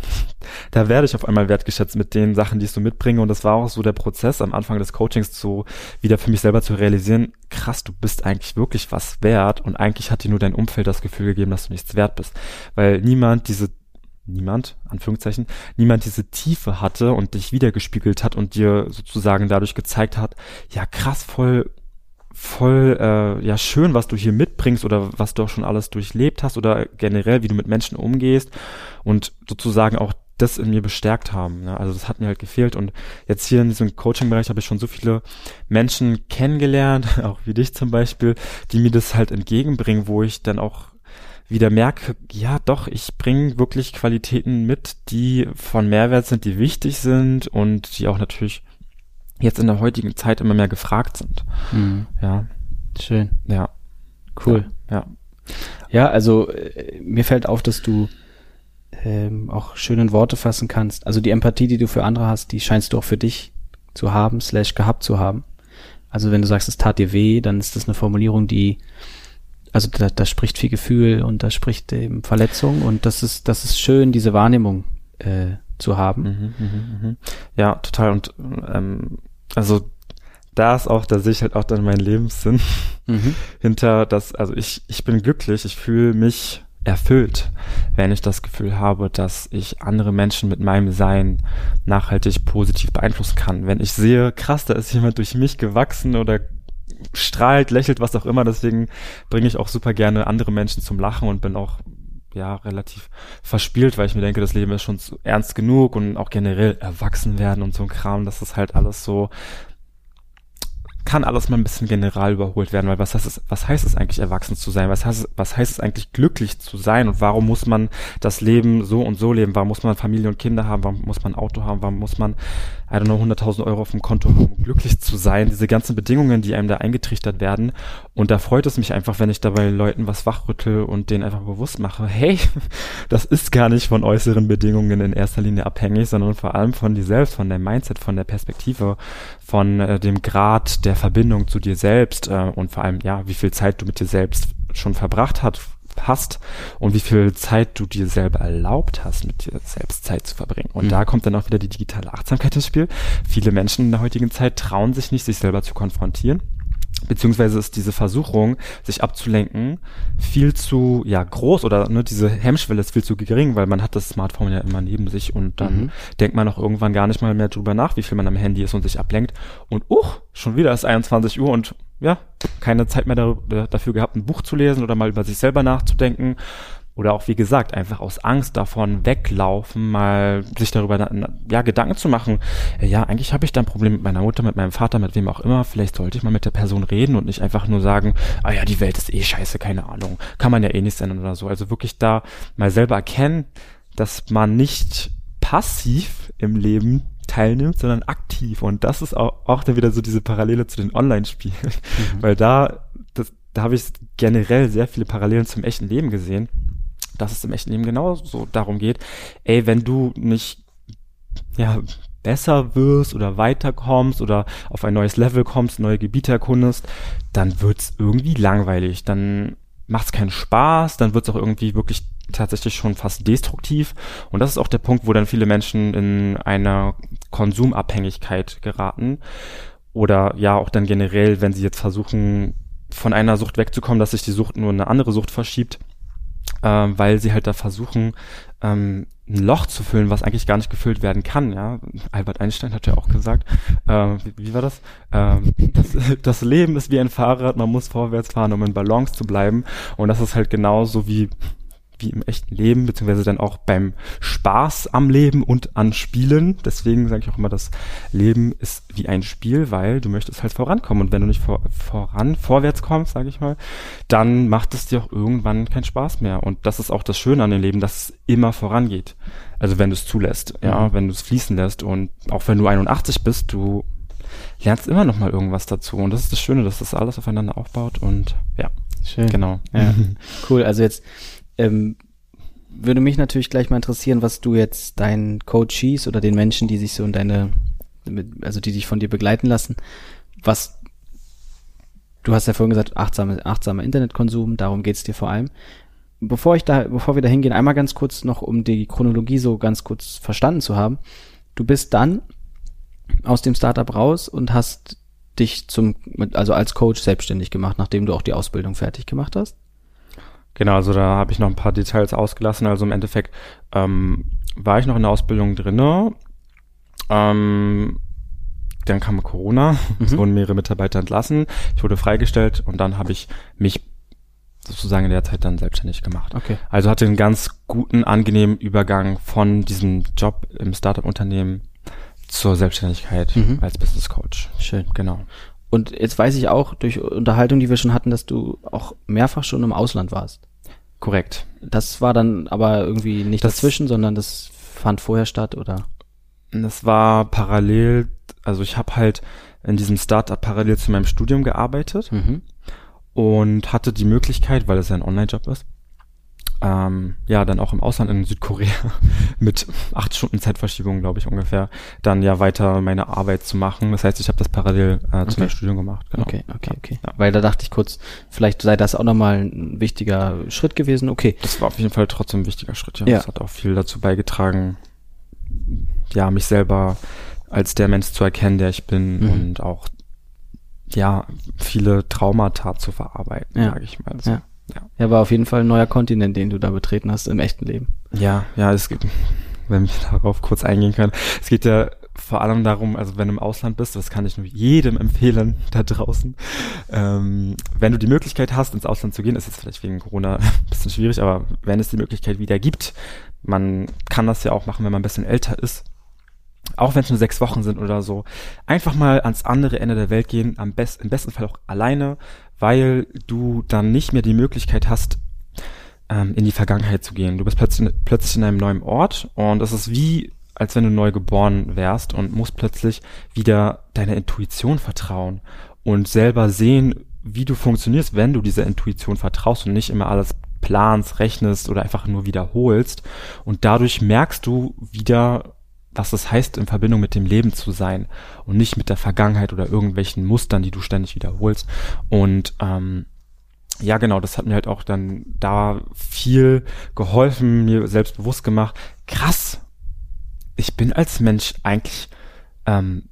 [SPEAKER 1] da werde ich auf einmal wertgeschätzt mit den Sachen, die ich so mitbringe. Und das war auch so der Prozess am Anfang des Coachings, so wieder für mich selber zu realisieren, krass, du bist eigentlich wirklich was wert. Und eigentlich hat dir nur dein Umfeld das Gefühl gegeben, dass du nichts wert bist. Weil niemand diese, niemand, Anführungszeichen, niemand diese Tiefe hatte und dich wiedergespiegelt hat und dir sozusagen dadurch gezeigt hat, ja krass, voll voll äh, ja schön, was du hier mitbringst oder was du auch schon alles durchlebt hast oder generell, wie du mit Menschen umgehst und sozusagen auch das in mir bestärkt haben. Ne? Also das hat mir halt gefehlt und jetzt hier in diesem Coaching-Bereich habe ich schon so viele Menschen kennengelernt, auch wie dich zum Beispiel, die mir das halt entgegenbringen, wo ich dann auch wieder merke, ja doch, ich bringe wirklich Qualitäten mit, die von Mehrwert sind, die wichtig sind und die auch natürlich jetzt in der heutigen Zeit immer mehr gefragt sind.
[SPEAKER 2] Mhm.
[SPEAKER 1] Ja.
[SPEAKER 2] Schön.
[SPEAKER 1] Ja.
[SPEAKER 2] Cool.
[SPEAKER 1] Ja.
[SPEAKER 2] Ja, also äh, mir fällt auf, dass du ähm, auch schön in Worte fassen kannst. Also die Empathie, die du für andere hast, die scheinst du auch für dich zu haben, slash gehabt zu haben. Also wenn du sagst, es tat dir weh, dann ist das eine Formulierung, die, also da, da spricht viel Gefühl und da spricht eben Verletzung und das ist, das ist schön, diese Wahrnehmung äh, zu haben.
[SPEAKER 1] Mhm, mh, mh. Ja, total. Und ähm, also da ist auch, da sehe ich halt auch dann meinen Lebenssinn mhm. hinter das, also ich, ich bin glücklich, ich fühle mich erfüllt, wenn ich das Gefühl habe, dass ich andere Menschen mit meinem Sein nachhaltig positiv beeinflussen kann. Wenn ich sehe, krass, da ist jemand durch mich gewachsen oder strahlt, lächelt, was auch immer, deswegen bringe ich auch super gerne andere Menschen zum Lachen und bin auch ja, relativ verspielt, weil ich mir denke, das Leben ist schon zu ernst genug und auch generell erwachsen werden und so ein Kram, das ist halt alles so, kann alles mal ein bisschen general überholt werden, weil was heißt es, was heißt es eigentlich, erwachsen zu sein? Was heißt, was heißt es eigentlich, glücklich zu sein? Und warum muss man das Leben so und so leben? Warum muss man Familie und Kinder haben? Warum muss man ein Auto haben? Warum muss man, I don't know, hunderttausend Euro auf dem Konto haben, um glücklich zu sein? Diese ganzen Bedingungen, die einem da eingetrichtert werden. Und da freut es mich einfach, wenn ich dabei Leuten was wachrüttel und denen einfach bewusst mache, hey, das ist gar nicht von äußeren Bedingungen in erster Linie abhängig, sondern vor allem von dir selbst, von deinem Mindset, von der Perspektive, von äh, dem Grad der Verbindung zu dir selbst äh, und vor allem, ja, wie viel Zeit du mit dir selbst schon verbracht hat, hast und wie viel Zeit du dir selber erlaubt hast, mit dir selbst Zeit zu verbringen. Und mhm. da kommt dann auch wieder die digitale Achtsamkeit ins Spiel. Viele Menschen in der heutigen Zeit trauen sich nicht, sich selber zu konfrontieren. Beziehungsweise ist diese Versuchung, sich abzulenken, viel zu, ja, groß oder ne, diese Hemmschwelle ist viel zu gering, weil man hat das Smartphone ja immer neben sich und dann mhm. denkt man auch irgendwann gar nicht mal mehr drüber nach, wie viel man am Handy ist und sich ablenkt. Und uch, schon wieder ist einundzwanzig Uhr und ja, keine Zeit mehr da, dafür gehabt, ein Buch zu lesen oder mal über sich selber nachzudenken. Oder auch, wie gesagt, einfach aus Angst davon weglaufen, mal sich darüber, ja, Gedanken zu machen. Ja, eigentlich habe ich da ein Problem mit meiner Mutter, mit meinem Vater, mit wem auch immer. Vielleicht sollte ich mal mit der Person reden und nicht einfach nur sagen, ah ja, die Welt ist eh scheiße, keine Ahnung. Kann man ja eh nicht ändern oder so. Also wirklich da mal selber erkennen, dass man nicht passiv im Leben teilnimmt, sondern aktiv. Und das ist auch, auch dann wieder so diese Parallele zu den Online-Spielen. Mhm. Weil da, das, da habe ich generell sehr viele Parallelen zum echten Leben gesehen. Dass es im echten Leben genauso darum geht, ey, wenn du nicht ja besser wirst oder weiterkommst oder auf ein neues Level kommst, neue Gebiete erkundest, dann wird's irgendwie langweilig, dann macht's keinen Spaß, dann wird's auch irgendwie wirklich tatsächlich schon fast destruktiv und das ist auch der Punkt, wo dann viele Menschen in einer Konsumabhängigkeit geraten oder ja auch dann generell, wenn sie jetzt versuchen, von einer Sucht wegzukommen, dass sich die Sucht nur in eine andere Sucht verschiebt, Ähm, weil sie halt da versuchen, ähm, ein Loch zu füllen, was eigentlich gar nicht gefüllt werden kann, ja. Albert Einstein hat ja auch gesagt, äh, wie, wie war das? Ähm, das? Das Leben ist wie ein Fahrrad, man muss vorwärts fahren, um in Balance zu bleiben. Und das ist halt genauso wie wie im echten Leben, beziehungsweise dann auch beim Spaß am Leben und an Spielen. Deswegen sage ich auch immer, das Leben ist wie ein Spiel, weil du möchtest halt vorankommen. Und wenn du nicht vor, voran, vorwärts kommst, sage ich mal, dann macht es dir auch irgendwann keinen Spaß mehr. Und das ist auch das Schöne an dem Leben, dass es immer vorangeht. Also wenn du es zulässt, mhm. ja, wenn du es fließen lässt. Und auch wenn du einundachtzig bist, du lernst immer noch mal irgendwas dazu. Und das ist das Schöne, dass das alles aufeinander aufbaut. Und ja,
[SPEAKER 2] schön.
[SPEAKER 1] Genau.
[SPEAKER 2] Ja. Cool, also jetzt Ähm, würde mich natürlich gleich mal interessieren, was du jetzt deinen Coaches oder den Menschen, die sich so in deine, also die dich von dir begleiten lassen, was, du hast ja vorhin gesagt, achtsame, achtsamer Internetkonsum, darum geht's dir vor allem. bevor ich da, bevor wir da hingehen, einmal ganz kurz noch, um die Chronologie so ganz kurz verstanden zu haben. Du bist dann aus dem Startup raus und hast dich zum, also als Coach selbstständig gemacht, nachdem du auch die Ausbildung fertig gemacht hast?
[SPEAKER 1] Genau, also da habe ich noch ein paar Details ausgelassen. Also im Endeffekt ähm, war ich noch in der Ausbildung drinne. Ähm, dann kam Corona, mhm. es wurden mehrere Mitarbeiter entlassen, ich wurde freigestellt und dann habe ich mich sozusagen in der Zeit dann selbstständig gemacht.
[SPEAKER 2] Okay.
[SPEAKER 1] Also hatte einen ganz guten, angenehmen Übergang von diesem Job im Startup-Unternehmen zur Selbstständigkeit mhm. als Business Coach.
[SPEAKER 2] Schön.
[SPEAKER 1] Genau.
[SPEAKER 2] Und jetzt weiß ich auch durch Unterhaltung, die wir schon hatten, dass du auch mehrfach schon im Ausland warst.
[SPEAKER 1] Korrekt.
[SPEAKER 2] Das war dann aber irgendwie nicht
[SPEAKER 1] das,
[SPEAKER 2] dazwischen, sondern das fand vorher statt, oder?
[SPEAKER 1] Das war parallel, also ich habe halt in diesem Startup parallel zu meinem Studium gearbeitet mhm. und hatte die Möglichkeit, weil es ja ein Online-Job ist, ähm, ja, dann auch im Ausland in Südkorea mit acht Stunden Zeitverschiebung, glaube ich, ungefähr, dann ja weiter meine Arbeit zu machen. Das heißt, ich habe das parallel äh, zu
[SPEAKER 2] okay.
[SPEAKER 1] meinem Studium gemacht. Genau.
[SPEAKER 2] Okay, okay, okay. Ja. Weil da dachte ich kurz, vielleicht sei das auch nochmal ein wichtiger Schritt gewesen. Okay.
[SPEAKER 1] Das war auf jeden Fall trotzdem ein wichtiger Schritt, ja.
[SPEAKER 2] ja.
[SPEAKER 1] Das hat auch viel dazu beigetragen, ja, mich selber als der Mensch zu erkennen, der ich bin mhm. und auch, ja, viele Traumata zu verarbeiten,
[SPEAKER 2] ja.
[SPEAKER 1] sage ich mal. Also,
[SPEAKER 2] ja. Ja. ja, war auf jeden Fall ein neuer Kontinent, den du da betreten hast im echten Leben.
[SPEAKER 1] Ja, ja, es geht, wenn wir darauf kurz eingehen können, es geht ja vor allem darum, also wenn du im Ausland bist, das kann ich nur jedem empfehlen da draußen, ähm, wenn du die Möglichkeit hast, ins Ausland zu gehen, ist jetzt vielleicht wegen Corona ein bisschen schwierig, aber wenn es die Möglichkeit wieder gibt, man kann das ja auch machen, wenn man ein bisschen älter ist, auch wenn es nur sechs Wochen sind oder so, einfach mal ans andere Ende der Welt gehen, am besten, im besten Fall auch alleine, weil du dann nicht mehr die Möglichkeit hast, ähm, in die Vergangenheit zu gehen. Du bist plötzlich, plötzlich in einem neuen Ort und es ist wie, als wenn du neu geboren wärst und musst plötzlich wieder deiner Intuition vertrauen und selber sehen, wie du funktionierst, wenn du dieser Intuition vertraust und nicht immer alles planst, rechnest oder einfach nur wiederholst. Und dadurch merkst du wieder, was es heißt, in Verbindung mit dem Leben zu sein und nicht mit der Vergangenheit oder irgendwelchen Mustern, die du ständig wiederholst. Und ähm, ja, genau, das hat mir halt auch dann da viel geholfen, mir selbst bewusst gemacht. Krass, ich bin als Mensch eigentlich, ähm,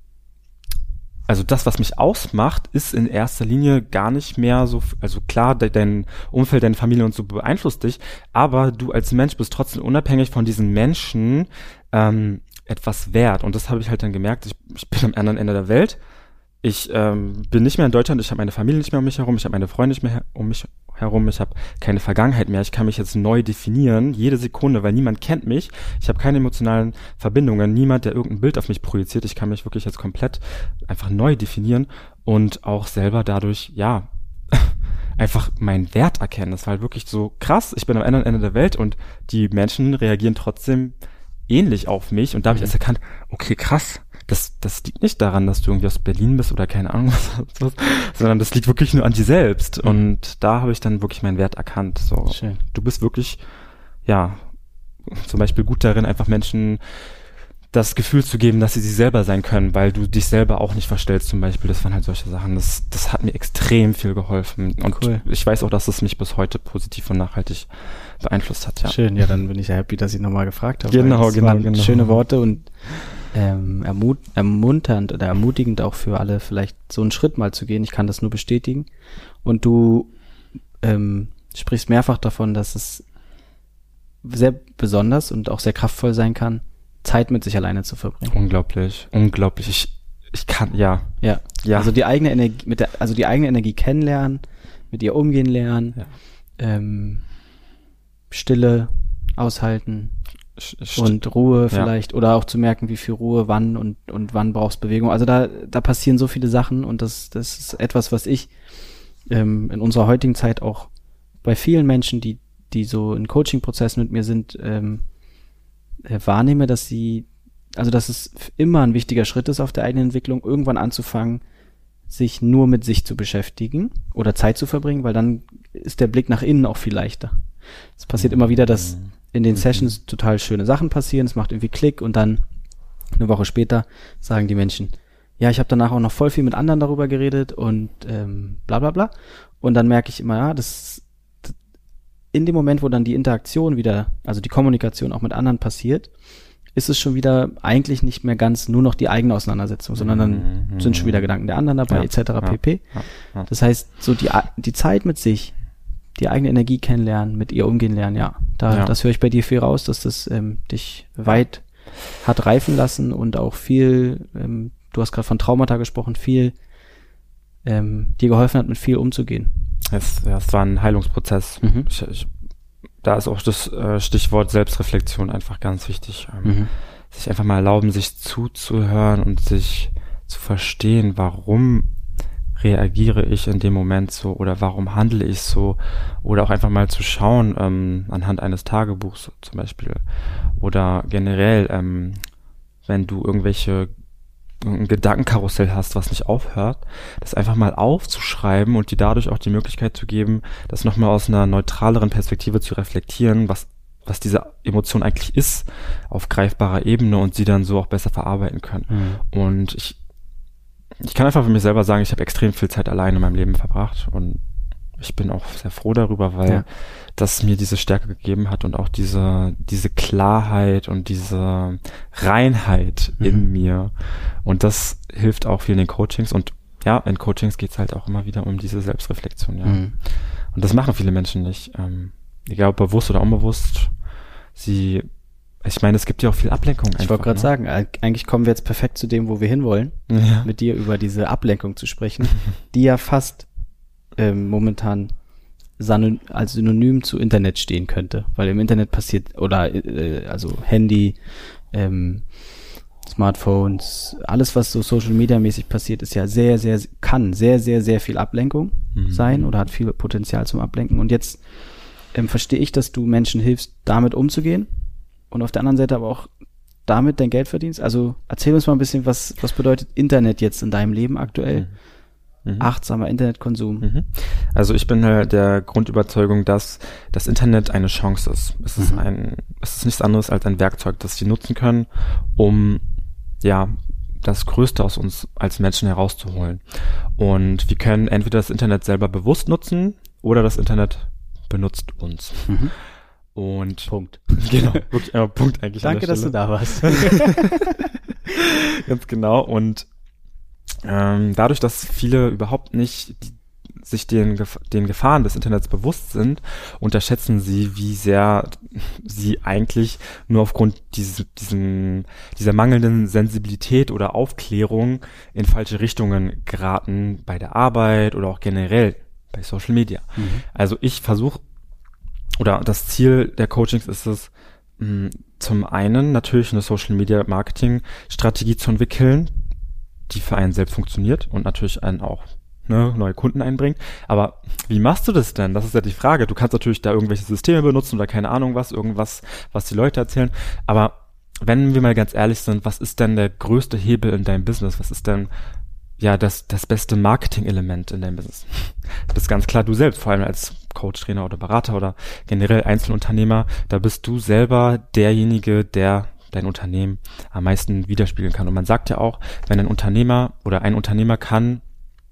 [SPEAKER 1] also das, was mich ausmacht, ist in erster Linie gar nicht mehr so, also klar, de, dein Umfeld, deine Familie und so beeinflusst dich, aber du als Mensch bist trotzdem unabhängig von diesen Menschen, ähm, etwas wert. Und das habe ich halt dann gemerkt. Ich, ich bin am anderen Ende der Welt. Ich ähm, bin nicht mehr in Deutschland. Ich habe meine Familie nicht mehr um mich herum. Ich habe meine Freunde nicht mehr um mich herum. Ich habe keine Vergangenheit mehr. Ich kann mich jetzt neu definieren, jede Sekunde, weil niemand kennt mich. Ich habe keine emotionalen Verbindungen. Niemand, der irgendein Bild auf mich projiziert. Ich kann mich wirklich jetzt komplett einfach neu definieren und auch selber dadurch, ja, einfach meinen Wert erkennen. Das war halt wirklich so krass. Ich bin am anderen Ende der Welt und die Menschen reagieren trotzdem ähnlich auf mich und da habe ich erst erkannt, okay, krass, das das liegt nicht daran, dass du irgendwie aus Berlin bist oder keine Ahnung was, sondern das liegt wirklich nur an dir selbst mhm. und da habe ich dann wirklich meinen Wert erkannt. So,
[SPEAKER 2] schön.
[SPEAKER 1] Du bist wirklich, ja, zum Beispiel gut darin, einfach Menschen das Gefühl zu geben, dass sie sie selber sein können, weil du dich selber auch nicht verstellst zum Beispiel. Das waren halt solche Sachen. Das das hat mir extrem viel geholfen und
[SPEAKER 2] cool.
[SPEAKER 1] Ich weiß auch, dass es mich bis heute positiv und nachhaltig beeinflusst hat. Ja.
[SPEAKER 2] Schön, ja, dann bin ich ja happy, dass ich nochmal gefragt habe.
[SPEAKER 1] Genau,
[SPEAKER 2] das
[SPEAKER 1] genau,
[SPEAKER 2] waren
[SPEAKER 1] genau.
[SPEAKER 2] Schöne Worte und ähm, ermut ermunternd oder ermutigend auch für alle, vielleicht so einen Schritt mal zu gehen. Ich kann das nur bestätigen. Und du ähm, sprichst mehrfach davon, dass es sehr besonders und auch sehr kraftvoll sein kann, Zeit mit sich alleine zu verbringen.
[SPEAKER 1] Unglaublich, unglaublich. Ich, ich kann, ja.
[SPEAKER 2] Ja. Ja. Also die eigene Energie, mit der, also die eigene Energie kennenlernen, mit ihr umgehen lernen, ja. ähm, Stille aushalten St- und Ruhe vielleicht ja. oder auch zu merken, wie viel Ruhe wann und und wann brauchst Bewegung. Also da da passieren so viele Sachen und das das ist etwas, was ich ähm, in unserer heutigen Zeit auch bei vielen Menschen, die die so in Coaching-Prozessen mit mir sind, ähm, äh, wahrnehme, dass sie, also dass es immer ein wichtiger Schritt ist auf der eigenen Entwicklung, irgendwann anzufangen, sich nur mit sich zu beschäftigen oder Zeit zu verbringen, weil dann ist der Blick nach innen auch viel leichter. Es passiert immer wieder, dass in den Sessions total schöne Sachen passieren, es macht irgendwie Klick und dann eine Woche später sagen die Menschen, ja, ich habe danach auch noch voll viel mit anderen darüber geredet und ähm, bla bla bla. Und dann merke ich immer, ja, das, in dem Moment, wo dann die Interaktion wieder, also die Kommunikation auch mit anderen passiert, ist es schon wieder eigentlich nicht mehr ganz nur noch die eigene Auseinandersetzung, sondern dann mhm. sind schon wieder Gedanken der anderen dabei, ja, et cetera ja, pp. Ja, ja. Das heißt, so die, die Zeit mit sich, die eigene Energie kennenlernen, mit ihr umgehen lernen, ja, da, ja. das höre ich bei dir viel raus, dass das ähm, dich weit hat reifen lassen und auch viel, ähm, du hast gerade von Traumata gesprochen, viel ähm, dir geholfen hat, mit viel umzugehen.
[SPEAKER 1] Es, ja, es war ein Heilungsprozess. Mhm. Ich, ich, da ist auch das äh, Stichwort Selbstreflexion einfach ganz wichtig. Ähm, mhm. Sich einfach mal erlauben, sich zuzuhören und sich zu verstehen, warum reagiere ich in dem Moment so oder warum handle ich so, oder auch einfach mal zu schauen ähm, anhand eines Tagebuchs zum Beispiel oder generell, ähm, wenn du irgendwelche ein Gedankenkarussell hast, was nicht aufhört, das einfach mal aufzuschreiben und dir dadurch auch die Möglichkeit zu geben, das nochmal aus einer neutraleren Perspektive zu reflektieren, was was diese Emotion eigentlich ist, auf greifbarer Ebene, und sie dann so auch besser verarbeiten können. Mhm. Und ich ich kann einfach für mich selber sagen, ich habe extrem viel Zeit alleine in meinem Leben verbracht, und ich bin auch sehr froh darüber, weil ja. das mir diese Stärke gegeben hat und auch diese diese Klarheit und diese Reinheit mhm. in mir. Und das hilft auch viel in den Coachings. Und ja, in Coachings geht's halt auch immer wieder um diese Selbstreflexion. Ja. Mhm. Und das machen viele Menschen nicht. Ähm, egal ob bewusst oder unbewusst. Sie, ich meine, es gibt ja auch viel Ablenkung.
[SPEAKER 2] Ich wollte gerade ne? sagen, eigentlich kommen wir jetzt perfekt zu dem, wo wir hinwollen, ja. mit dir über diese Ablenkung zu sprechen, die ja fast ähm, momentan Synon- als Synonym zu Internet stehen könnte, weil im Internet passiert, oder äh, also Handy, ähm, Smartphones, alles, was so Social Media mäßig passiert, ist ja sehr, sehr, kann sehr, sehr, sehr viel Ablenkung mhm. sein oder hat viel Potenzial zum Ablenken. Und jetzt ähm, verstehe ich, dass du Menschen hilfst, damit umzugehen, und auf der anderen Seite aber auch damit dein Geld verdienst. Also erzähl uns mal ein bisschen, was was bedeutet Internet jetzt in deinem Leben aktuell? Mhm. Achtsamer Internetkonsum.
[SPEAKER 1] Mhm. Also ich bin halt der Grundüberzeugung, dass das Internet eine Chance ist. Es ist mhm. ein, es ist nichts anderes als ein Werkzeug, das wir nutzen können, um ja das Größte aus uns als Menschen herauszuholen. Und wir können entweder das Internet selber bewusst nutzen oder das Internet benutzt uns. Mhm. Und
[SPEAKER 2] Punkt.
[SPEAKER 1] Genau, wirklich äh, Punkt eigentlich.
[SPEAKER 2] Danke, dass du da warst.
[SPEAKER 1] Ganz genau. Und ähm, dadurch, dass viele überhaupt nicht die, sich den, den Gefahren des Internets bewusst sind, unterschätzen sie, wie sehr sie eigentlich nur aufgrund dieses, diesen, dieser mangelnden Sensibilität oder Aufklärung in falsche Richtungen geraten bei der Arbeit oder auch generell bei Social Media. Mhm. Also ich versuche, oder das Ziel der Coachings ist es, mh, zum einen natürlich eine Social Media Marketing Strategie zu entwickeln, die für einen selbst funktioniert und natürlich einen auch ne, neue Kunden einbringt. Aber wie machst du das denn? Das ist ja die Frage. Du kannst natürlich da irgendwelche Systeme benutzen oder keine Ahnung was, irgendwas, was die Leute erzählen. Aber wenn wir mal ganz ehrlich sind, was ist denn der größte Hebel in deinem Business? Was ist denn ja das das beste Marketing-Element in deinem Business? Das ist ganz klar du selbst, vor allem als Coach, Trainer oder Berater oder generell Einzelunternehmer. Da bist du selber derjenige, der dein Unternehmen am meisten widerspiegeln kann. Und man sagt ja auch, wenn ein Unternehmer oder ein Unternehmer kann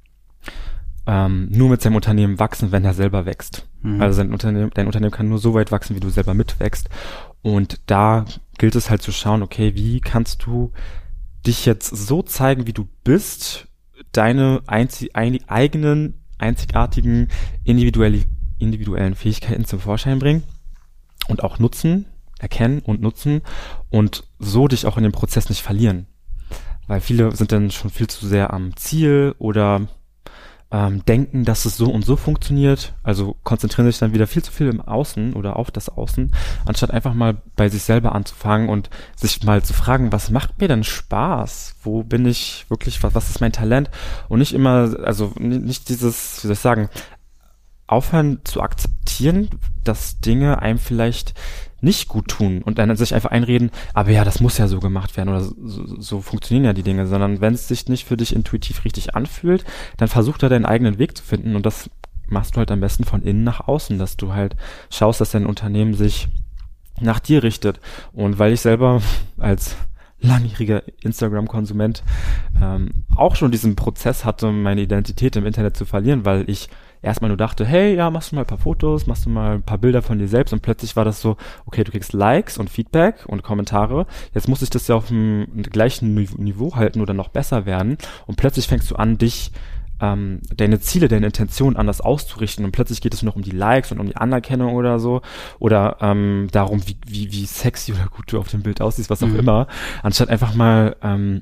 [SPEAKER 1] ähm, nur mit seinem Unternehmen wachsen, wenn er selber wächst. Mhm. Also sein Unternehmen, dein Unternehmen kann nur so weit wachsen, wie du selber mitwächst. Und da gilt es halt zu schauen, okay, wie kannst du dich jetzt so zeigen, wie du bist, deine einzig, ein, eigenen, einzigartigen, individuelle, individuellen Fähigkeiten zum Vorschein bringen und auch nutzen, erkennen und nutzen und so dich auch in dem Prozess nicht verlieren. Weil viele sind dann schon viel zu sehr am Ziel oder ähm, denken, dass es so und so funktioniert, also konzentrieren sich dann wieder viel zu viel im Außen oder auf das Außen, anstatt einfach mal bei sich selber anzufangen und sich mal zu fragen, was macht mir denn Spaß? Wo bin ich wirklich, was, was ist mein Talent? Und nicht immer, also nicht dieses, wie soll ich sagen, aufhören zu akzeptieren, dass Dinge einem vielleicht nicht gut tun und dann sich einfach einreden, aber ja, das muss ja so gemacht werden oder so, so funktionieren ja die Dinge, sondern wenn es sich nicht für dich intuitiv richtig anfühlt, dann versuch da deinen eigenen Weg zu finden und das machst du halt am besten von innen nach außen, dass du halt schaust, dass dein Unternehmen sich nach dir richtet. Und weil ich selber als langjähriger Instagram-Konsument ähm, auch schon diesen Prozess hatte, meine Identität im Internet zu verlieren, weil ich erstmal nur dachte, hey, ja, machst du mal ein paar Fotos, machst du mal ein paar Bilder von dir selbst und plötzlich war das so, okay, du kriegst Likes und Feedback und Kommentare, jetzt muss ich das ja auf dem gleichen Niveau halten oder noch besser werden und plötzlich fängst du an, dich, ähm, deine Ziele, deine Intention anders auszurichten und plötzlich geht es nur noch um die Likes und um die Anerkennung oder so oder ähm, darum, wie, wie, wie sexy oder gut du auf dem Bild aussiehst, was auch
[SPEAKER 2] Mhm.
[SPEAKER 1] immer, anstatt einfach mal, ähm,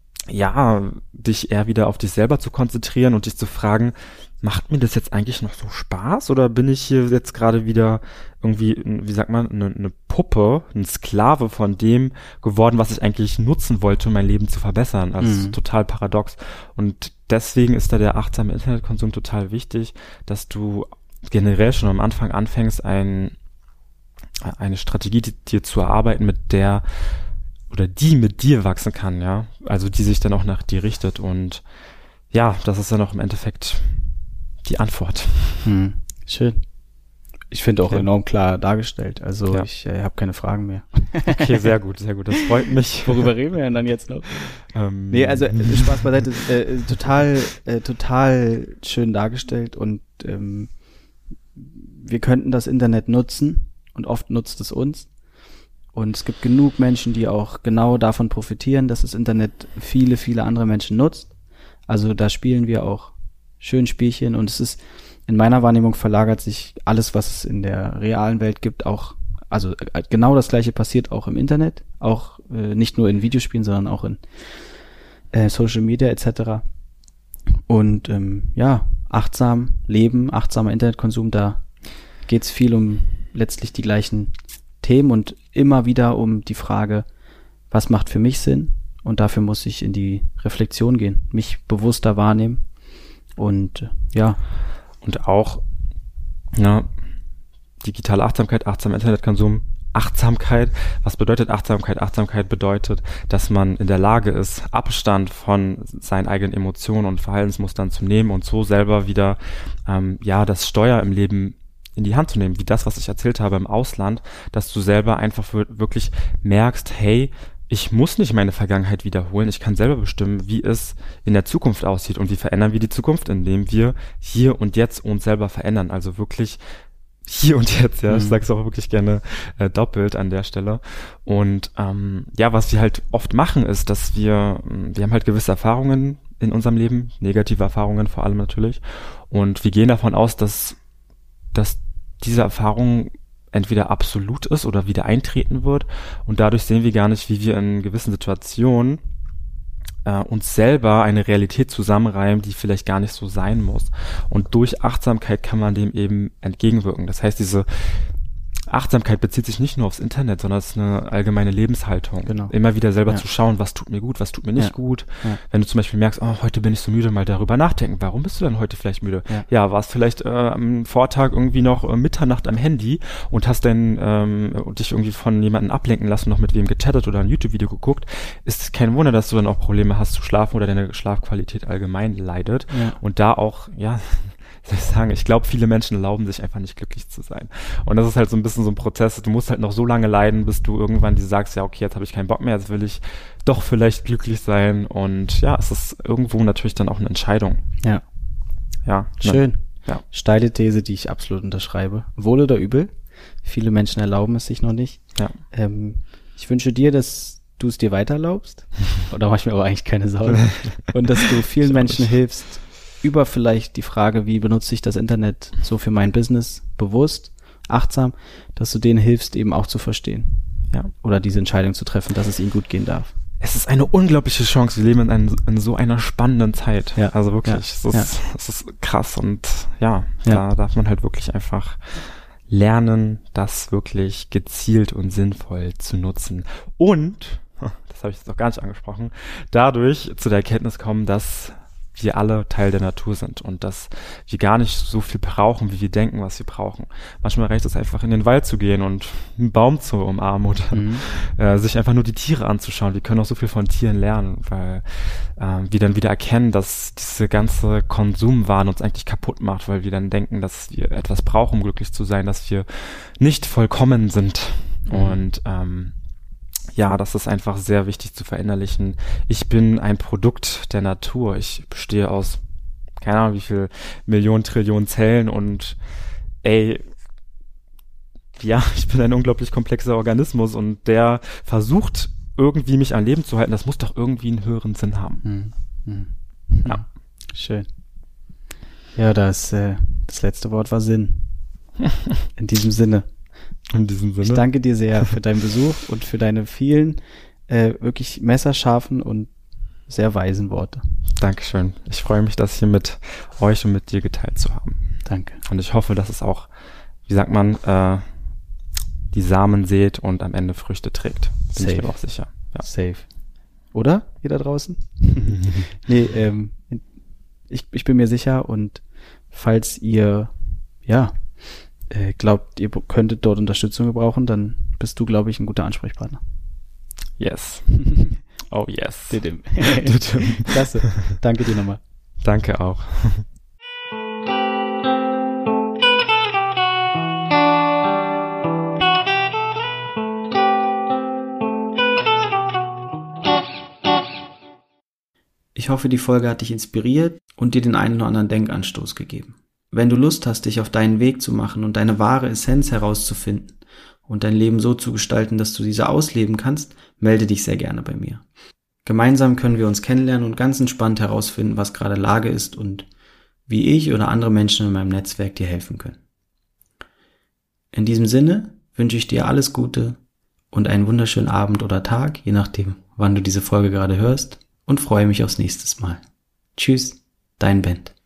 [SPEAKER 1] ja, dich eher wieder auf dich selber zu konzentrieren und dich zu fragen, macht mir das jetzt eigentlich noch so Spaß oder bin ich hier jetzt gerade wieder irgendwie, wie sagt man, eine, eine Puppe, ein Sklave von dem geworden, was ich eigentlich nutzen wollte, um mein Leben zu verbessern. Also
[SPEAKER 2] Mhm.
[SPEAKER 1] total paradox. Und deswegen ist da der achtsame Internetkonsum total wichtig, dass du generell schon am Anfang anfängst, ein, eine Strategie die, dir zu erarbeiten, mit der oder die mit dir wachsen kann, ja, also die sich dann auch nach dir richtet und ja, das ist dann auch im Endeffekt die Antwort.
[SPEAKER 2] Hm. Schön. Ich finde auch
[SPEAKER 1] Okay.
[SPEAKER 2] enorm klar dargestellt, also
[SPEAKER 1] Ja.
[SPEAKER 2] ich äh, habe keine Fragen mehr.
[SPEAKER 1] Okay, sehr gut, sehr gut, das freut mich.
[SPEAKER 2] Worüber reden wir denn dann jetzt noch?
[SPEAKER 1] Ähm,
[SPEAKER 2] Nee, also äh, Spaß beiseite, äh, total, äh, total schön dargestellt und ähm, wir könnten das Internet nutzen und oft nutzt es uns. Und es gibt genug Menschen, die auch genau davon profitieren, dass das Internet viele, viele andere Menschen nutzt. Also da spielen wir auch schön Spielchen und es ist, in meiner Wahrnehmung verlagert sich alles, was es in der realen Welt gibt, auch, also äh, genau das Gleiche passiert auch im Internet, auch äh, nicht nur in Videospielen, sondern auch in äh, Social Media et cetera. Und ähm, ja, achtsam leben, achtsamer Internetkonsum, da geht's viel um letztlich die gleichen Themen und immer wieder um die Frage, was macht für mich Sinn? Und dafür muss ich in die Reflexion gehen, mich bewusster wahrnehmen und äh, ja.
[SPEAKER 1] Und auch, ja, digitale Achtsamkeit, achtsamer Internetkonsum, Achtsamkeit. Was bedeutet Achtsamkeit? Achtsamkeit bedeutet, dass man in der Lage ist, Abstand von seinen eigenen Emotionen und Verhaltensmustern zu nehmen und so selber wieder, ähm, ja, das Steuer im Leben in die Hand zu nehmen, wie das, was ich erzählt habe im Ausland, dass du selber einfach wirklich merkst, hey, ich muss nicht meine Vergangenheit wiederholen, ich kann selber bestimmen, wie es in der Zukunft aussieht und wie verändern wir die Zukunft, indem wir hier und jetzt uns selber verändern, also wirklich hier und jetzt, ja,
[SPEAKER 2] Mhm.
[SPEAKER 1] ich sag's auch wirklich gerne äh, doppelt an der Stelle und ähm, ja, was wir halt oft machen ist, dass wir, wir haben halt gewisse Erfahrungen in unserem Leben, negative Erfahrungen vor allem natürlich und wir gehen davon aus, dass dass diese Erfahrung entweder absolut ist oder wieder eintreten wird und dadurch sehen wir gar nicht, wie wir in gewissen Situationen äh, uns selber eine Realität zusammenreimen, die vielleicht gar nicht so sein muss. Und durch Achtsamkeit kann man dem eben entgegenwirken. Das heißt, diese Achtsamkeit bezieht sich nicht nur aufs Internet, sondern es ist eine allgemeine Lebenshaltung.
[SPEAKER 2] Genau.
[SPEAKER 1] Immer wieder selber
[SPEAKER 2] Ja.
[SPEAKER 1] zu schauen, was tut mir gut, was tut mir nicht
[SPEAKER 2] Ja.
[SPEAKER 1] gut.
[SPEAKER 2] Ja.
[SPEAKER 1] Wenn du zum Beispiel merkst, oh, heute bin ich so müde, mal darüber nachdenken. Warum bist du denn heute vielleicht müde?
[SPEAKER 2] Ja.
[SPEAKER 1] Ja, warst vielleicht äh, am Vortag irgendwie noch äh, Mitternacht am Handy und hast dann ähm, dich irgendwie von jemandem ablenken lassen, noch mit wem gechattet oder ein YouTube-Video geguckt. Ist kein Wunder, dass du dann auch Probleme hast zu schlafen oder deine Schlafqualität allgemein leidet.
[SPEAKER 2] Ja.
[SPEAKER 1] Und da auch, ja, wie soll ich sagen, ich glaube, viele Menschen erlauben sich einfach nicht glücklich zu sein. Und das ist halt so ein bisschen so ein Prozess, du musst halt noch so lange leiden, bis du irgendwann dir sagst, ja, okay, jetzt habe ich keinen Bock mehr, jetzt will ich doch vielleicht glücklich sein. Und ja, es ist irgendwo natürlich dann auch eine Entscheidung.
[SPEAKER 2] Ja.
[SPEAKER 1] Ja.
[SPEAKER 2] Schön.
[SPEAKER 1] Ne? Ja.
[SPEAKER 2] Steile These, die ich absolut unterschreibe. Wohl oder übel? Viele Menschen erlauben es sich noch nicht.
[SPEAKER 1] Ja.
[SPEAKER 2] Ähm, ich wünsche dir, dass du es dir weiter erlaubst. Da mache ich mir aber eigentlich keine Sorgen. Und dass du vielen Menschen hilfst, über vielleicht die Frage, wie benutze ich das Internet so für mein Business bewusst, achtsam, dass du denen hilfst, eben auch zu verstehen.
[SPEAKER 1] Ja.
[SPEAKER 2] Oder diese Entscheidung zu treffen, dass es ihnen gut gehen darf.
[SPEAKER 1] Es ist eine unglaubliche Chance. Wir leben in, ein, in so einer spannenden Zeit.
[SPEAKER 2] Ja.
[SPEAKER 1] Also wirklich,
[SPEAKER 2] Ja.
[SPEAKER 1] es, ist,
[SPEAKER 2] Ja.
[SPEAKER 1] es ist krass und ja,
[SPEAKER 2] Ja.
[SPEAKER 1] da darf man halt wirklich einfach lernen, das wirklich gezielt und sinnvoll zu nutzen. Und, das habe ich jetzt noch gar nicht angesprochen, dadurch zu der Erkenntnis kommen, dass wir alle Teil der Natur sind und dass wir gar nicht so viel brauchen, wie wir denken, was wir brauchen. Manchmal reicht es einfach, in den Wald zu gehen und einen Baum zu umarmen oder
[SPEAKER 2] Mhm.
[SPEAKER 1] äh, sich einfach nur die Tiere anzuschauen. Wir können auch so viel von Tieren lernen, weil äh, wir dann wieder erkennen, dass diese ganze Konsumwahn uns eigentlich kaputt macht, weil wir dann denken, dass wir etwas brauchen, um glücklich zu sein, dass wir nicht vollkommen sind.
[SPEAKER 2] Mhm.
[SPEAKER 1] Und ähm, ja, das ist einfach sehr wichtig zu verinnerlichen. Ich bin ein Produkt der Natur. Ich bestehe aus keine Ahnung, wie viel Millionen, Trillionen Zellen und ey, ja, ich bin ein unglaublich komplexer Organismus und der versucht irgendwie mich am Leben zu halten. Das muss doch irgendwie einen höheren Sinn haben.
[SPEAKER 2] Hm. Hm. Ja. Schön. Ja, das, äh, das letzte Wort war Sinn. In diesem Sinne.
[SPEAKER 1] In diesem Sinne.
[SPEAKER 2] Ich danke dir sehr für deinen Besuch und für deine vielen äh, wirklich messerscharfen und sehr weisen Worte.
[SPEAKER 1] Dankeschön. Ich freue mich, das hier mit euch und mit dir geteilt zu haben.
[SPEAKER 2] Danke.
[SPEAKER 1] Und ich hoffe, dass es auch, wie sagt man, äh, die Samen sät und am Ende Früchte trägt. Bin
[SPEAKER 2] Safe.
[SPEAKER 1] ich mir auch sicher. Ja.
[SPEAKER 2] Safe. Oder? Ihr da draußen? Nee, ähm, ich, ich bin mir sicher und falls ihr, ja, äh, glaubt, ihr könntet dort Unterstützung gebrauchen, dann bist du, glaube ich, ein guter Ansprechpartner.
[SPEAKER 1] Yes. Oh yes.
[SPEAKER 2] Didim. Klasse. Danke dir nochmal.
[SPEAKER 1] Danke auch.
[SPEAKER 2] Ich hoffe, die Folge hat dich inspiriert und dir den einen oder anderen Denkanstoß gegeben. Wenn du Lust hast, dich auf deinen Weg zu machen und deine wahre Essenz herauszufinden und dein Leben so zu gestalten, dass du diese ausleben kannst, melde dich sehr gerne bei mir. Gemeinsam können wir uns kennenlernen und ganz entspannt herausfinden, was gerade Lage ist und wie ich oder andere Menschen in meinem Netzwerk dir helfen können. In diesem Sinne wünsche ich dir alles Gute und einen wunderschönen Abend oder Tag, je nachdem, wann du diese Folge gerade hörst, und freue mich aufs nächste Mal. Tschüss, dein Bent.